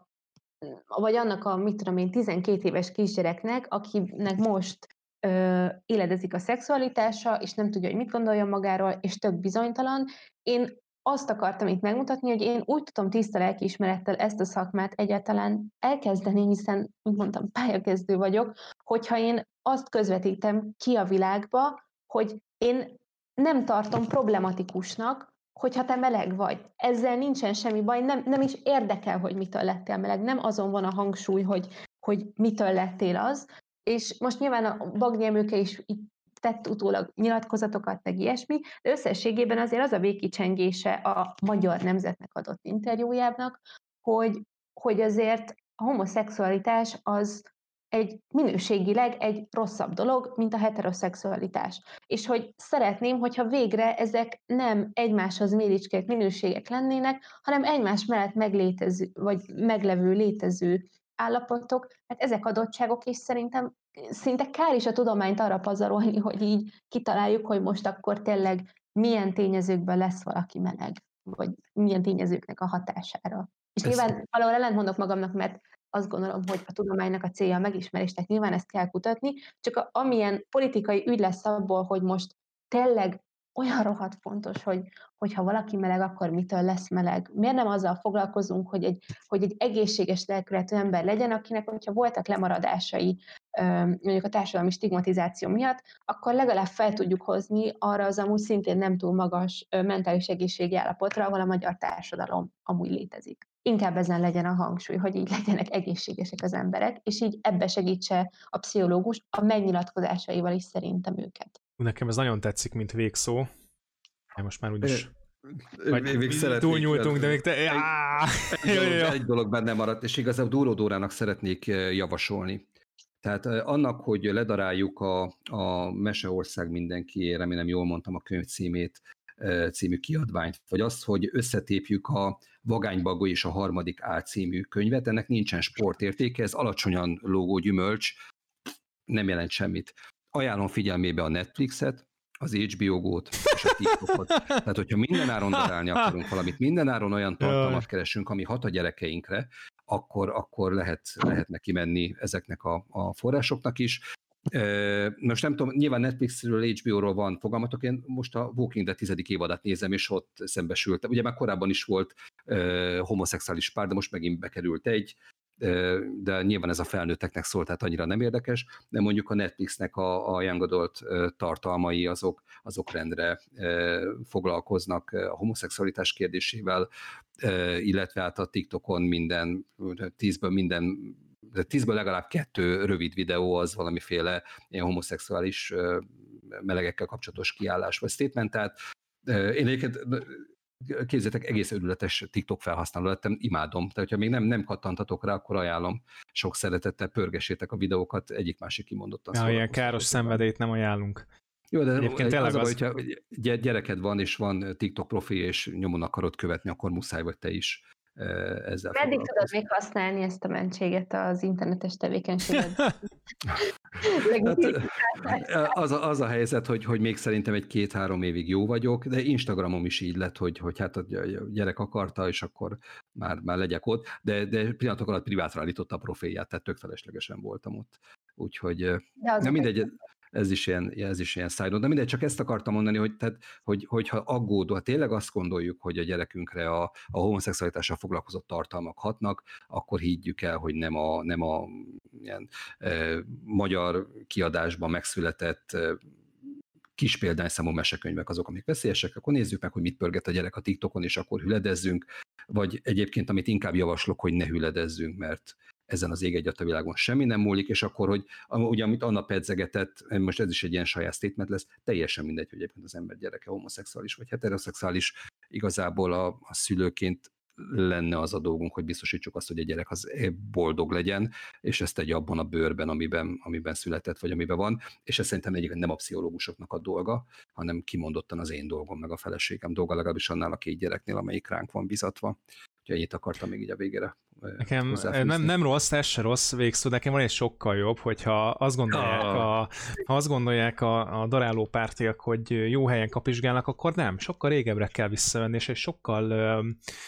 [SPEAKER 2] vagy annak a, 12 éves kisgyereknek, akinek most éledezik a szexualitása, és nem tudja, hogy mit gondoljon magáról, és tök bizonytalan. Én azt akartam itt megmutatni, hogy én úgy tudom tiszta lelkiismerettel ezt a szakmát egyáltalán elkezdeni, hiszen, úgy mondtam, pályakezdő vagyok, hogyha én azt közvetítem ki a világba, hogy én nem tartom problematikusnak, hogyha te meleg vagy. Ezzel nincsen semmi baj, nem is érdekel, hogy mitől lettél meleg, nem azon van a hangsúly, hogy mitől lettél az, és most nyilván a Bagdi Emőke is tett utólag nyilatkozatokat, meg ilyesmi, de összességében azért az a végkicsengése a Magyar Nemzetnek adott interjújának, hogy azért a homoszexualitás az minőségileg egy rosszabb dolog, mint a heteroszexualitás. És hogy szeretném, hogyha végre ezek nem egymáshoz méricskelt minőségek lennének, hanem egymás mellett meglétező, vagy meglevő létező állapotok, hát ezek adottságok, és szerintem szinte kár is a tudományt arra pazarolni, hogy így kitaláljuk, hogy most akkor tényleg milyen tényezőkből lesz valaki meleg, vagy milyen tényezőknek a hatására. És nyilván valahol ellentmondok magamnak, mert azt gondolom, hogy a tudománynak a célja a megismerés, tehát nyilván ezt kell kutatni, csak amilyen politikai ügy lesz abból, hogy most tényleg olyan rohadt fontos, hogy ha valaki meleg, akkor mitől lesz meleg? Miért nem azzal foglalkozunk, hogy egy egészséges lelkületű ember legyen, akinek, hogyha voltak lemaradásai, mondjuk a társadalmi stigmatizáció miatt, akkor legalább fel tudjuk hozni arra az amúgy szintén nem túl magas mentális egészségi állapotra, ahol a magyar társadalom amúgy létezik. Inkább ezen legyen a hangsúly, hogy így legyenek egészségesek az emberek, és így ebbe segítse a pszichológus a megnyilatkozásaival is szerintem őket.
[SPEAKER 1] Nekem ez nagyon tetszik, mint végszó. Most már úgyis
[SPEAKER 3] túlnyúltunk,
[SPEAKER 1] de még te...
[SPEAKER 3] Egy dolog benne maradt, és igazából Dóró Dórának szeretnék javasolni. Tehát annak, hogy ledaráljuk a Meseország mindenki, remélem jól mondtam a könyv című kiadványt, vagy azt, hogy összetépjük a Vagánybagoly és a harmadik A című könyvet, ennek nincsen sportértéke, ez alacsonyan lógó gyümölcs, nem jelent semmit. Ajánlom figyelmébe a Netflixet, az HBO Go-t és a TikTokot. Tehát, hogyha mindenáron darálni akarunk valamit, mindenáron olyan tartalmat keresünk, ami hat a gyerekeinkre, akkor lehet neki menni ezeknek a forrásoknak is. Most nem tudom, nyilván Netflixről, HBO-ról van fogalmatok, én most a Walking Dead 10. évadát nézem, és ott szembesültem. Ugye már korábban is volt homoszexuális pár, de most megint bekerült egy, de nyilván ez a felnőtteknek szól, tehát annyira nem érdekes, de mondjuk a Netflixnek a young adult tartalmai azok rendre foglalkoznak a homoszexualitás kérdésével, illetve hát a TikTokon 10-ből legalább 2 rövid videó az valamiféle ilyen homoszexuális melegekkel kapcsolatos kiállás vagy statement, tehát én egyébként képzeljétek, egész örületes TikTok felhasználó lettem, imádom. Tehát, hogyha még nem kattantatok rá, akkor ajánlom. Sok szeretettel pörgessétek a videókat, egyik-másik kimondottan.
[SPEAKER 1] Ja, ilyen káros szenvedélyt nem ajánlunk.
[SPEAKER 3] Jó, de egyébként az, hogyha gyereked van, és van TikTok profi, és nyomon akarod követni, akkor muszáj vagy te is ezzel
[SPEAKER 2] Meddig tudod még használni ezt a mentséget az internetes tevékenységet?
[SPEAKER 3] Az a helyzet, hogy még szerintem 1-2-3 évig jó vagyok, de Instagramom is így lett, hogy hát a gyerek akarta, és akkor már legyek ott, de pillanatok alatt privátra állította a profilját, tehát tök feleslegesen voltam ott. Úgyhogy mindegy, ez is ilyen side-on, de mindegy, csak ezt akartam mondani, hogyha aggódó, ha tényleg azt gondoljuk, hogy a gyerekünkre a homoszexualitással foglalkozott tartalmak hatnak, akkor higgyük el, hogy nem a ilyen magyar kiadásban megszületett kis példányszámú mesekönyvek azok, amik veszélyesek, akkor nézzük meg, hogy mit pörget a gyerek a TikTokon, és akkor hüledezzünk, vagy egyébként, amit inkább javaslok, hogy ne hüledezzünk, mert ezen az ég egyet a világon semmi nem múlik, és akkor, hogy ugye, amit Anna pedzegetett, most ez is egy ilyen saját statement lesz, teljesen mindegy, hogy egyébként az ember gyereke homoszexuális vagy heteroszexuális, igazából a szülőként lenne az a dolgunk, hogy biztosítsuk azt, hogy a gyerek az boldog legyen, és ezt tegye abban a bőrben, amiben született, vagy amiben van, és ez szerintem egyébként nem a pszichológusoknak a dolga, hanem kimondottan az én dolgom, meg a feleségem dolga, legalábbis annál a 2 gyereknél, amelyik ránk van bizatva. Úgyhogy ennyit akartam még így a végére.
[SPEAKER 1] Nekem nem rossz, ez se rossz végszó, de nekem van egy sokkal jobb, hogyha azt gondolják a daráló pártiak, hogy jó helyen kapizsgálnak, akkor nem, sokkal régebbre kell visszavenni, és egy sokkal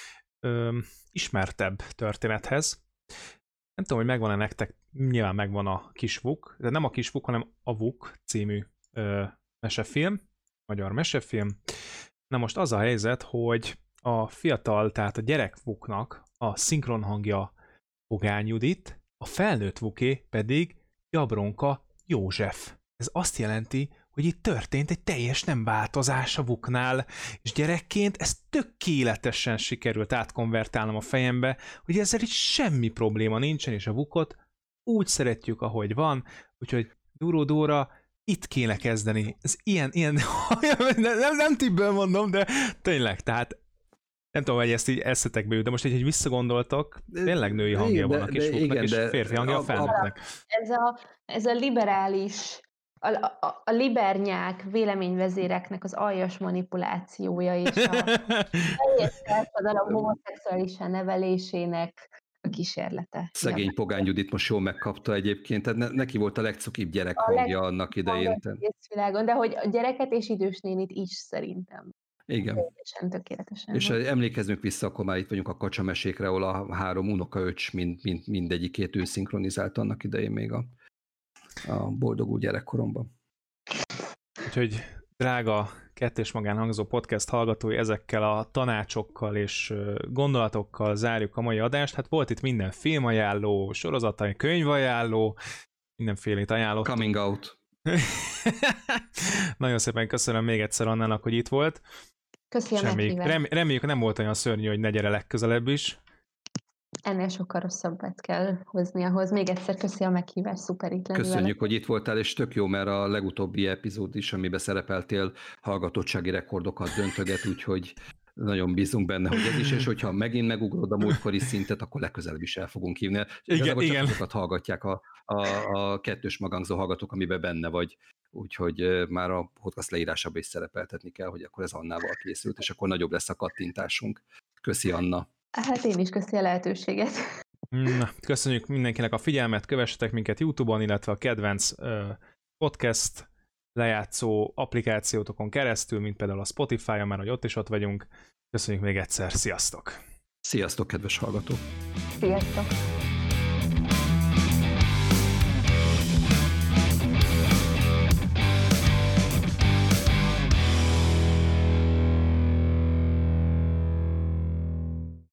[SPEAKER 1] ismertebb történethez. Nem tudom, hogy megvan-e nektek, nyilván megvan a Kis Vuk, de nem a Kis Vuk, hanem a Vuk című mesefilm, magyar mesefilm. Na most az a helyzet, hogy a fiatal, tehát a gyerek Vuknak a szinkron hangja Pogány Judit, a felnőtt Vuké pedig Jabronka József. Ez azt jelenti, hogy itt történt egy teljes nem változás a Vuknál, és gyerekként ez tökéletesen sikerült átkonvertálnom a fejembe, hogy ezzel itt semmi probléma nincsen, és a Vukot úgy szeretjük, ahogy van, úgyhogy Dóró Dóra, itt kéne kezdeni. Ez ilyen nem tippből mondom, de tényleg, tehát nem tudom, hogy ezt így eszetekbe jut, de most egy visszagondoltok, tényleg női hangja van a Kis Vuknak, és férfi hangja a felnőttnek.
[SPEAKER 2] Ez a liberális, a libernyák véleményvezéreknek az aljas manipulációja, és a teljes társadalom homoszexuálisan nevelésének a kísérlete.
[SPEAKER 3] Szegény Pogány Judit most jól megkapta egyébként, tehát neki volt a legcukibb gyerek hangja annak idején.
[SPEAKER 2] Világon, de hogy a gyereket és idős nénit is szerintem.
[SPEAKER 3] Igen.
[SPEAKER 2] Tökéletesen.
[SPEAKER 3] És emlékezzünk vissza, akkor már itt vagyunk a kacsamesékre, ahol a 3 unokaöcs mindegyikét ő szinkronizálta annak idején még a boldogú gyerekkoromban.
[SPEAKER 1] Úgyhogy drága Kettős Magán hangzó podcast hallgatói, ezekkel a tanácsokkal és gondolatokkal zárjuk a mai adást. Hát volt itt minden filmajánló, sorozatai, könyvajánló, mindenfélét ajánlottunk.
[SPEAKER 3] Coming out.
[SPEAKER 1] Nagyon szépen köszönöm még egyszer Annának, hogy itt volt.
[SPEAKER 2] Köszönöm a meghívást.
[SPEAKER 1] Reméljük, nem volt olyan szörnyű, hogy ne gyere legközelebb is.
[SPEAKER 2] Ennél sokkal rosszabbat kell hozni ahhoz. Még egyszer köszi a meghívást, szuper itt lenni.
[SPEAKER 3] Köszönjük, hogy itt voltál, és tök jó, mert a legutóbbi epizód is, amiben szerepeltél, hallgatottsági rekordokat döntöget, úgyhogy nagyon bízunk benne, hogy ez is, és hogyha megint megugrod a múltkori szintet, akkor legközelebb is el fogunk hívni.
[SPEAKER 1] Igen.
[SPEAKER 3] Csak azokat hallgatják a Kettős Magánzó hallgatók, amiben benne vagy, úgyhogy már a podcast leírásában is szerepeltetni kell, hogy akkor ez Annával készült, és akkor nagyobb lesz a kattintásunk. Köszi, Anna!
[SPEAKER 2] Hát én is köszi a lehetőséget.
[SPEAKER 1] Na, köszönjük mindenkinek a figyelmet, kövessetek minket YouTube-on, illetve a kedvenc podcast lejátszó applikációtokon keresztül, mint például a Spotify-on, mert hogy ott vagyunk. Köszönjük még egyszer, sziasztok!
[SPEAKER 3] Sziasztok, kedves hallgatók!
[SPEAKER 2] Sziasztok!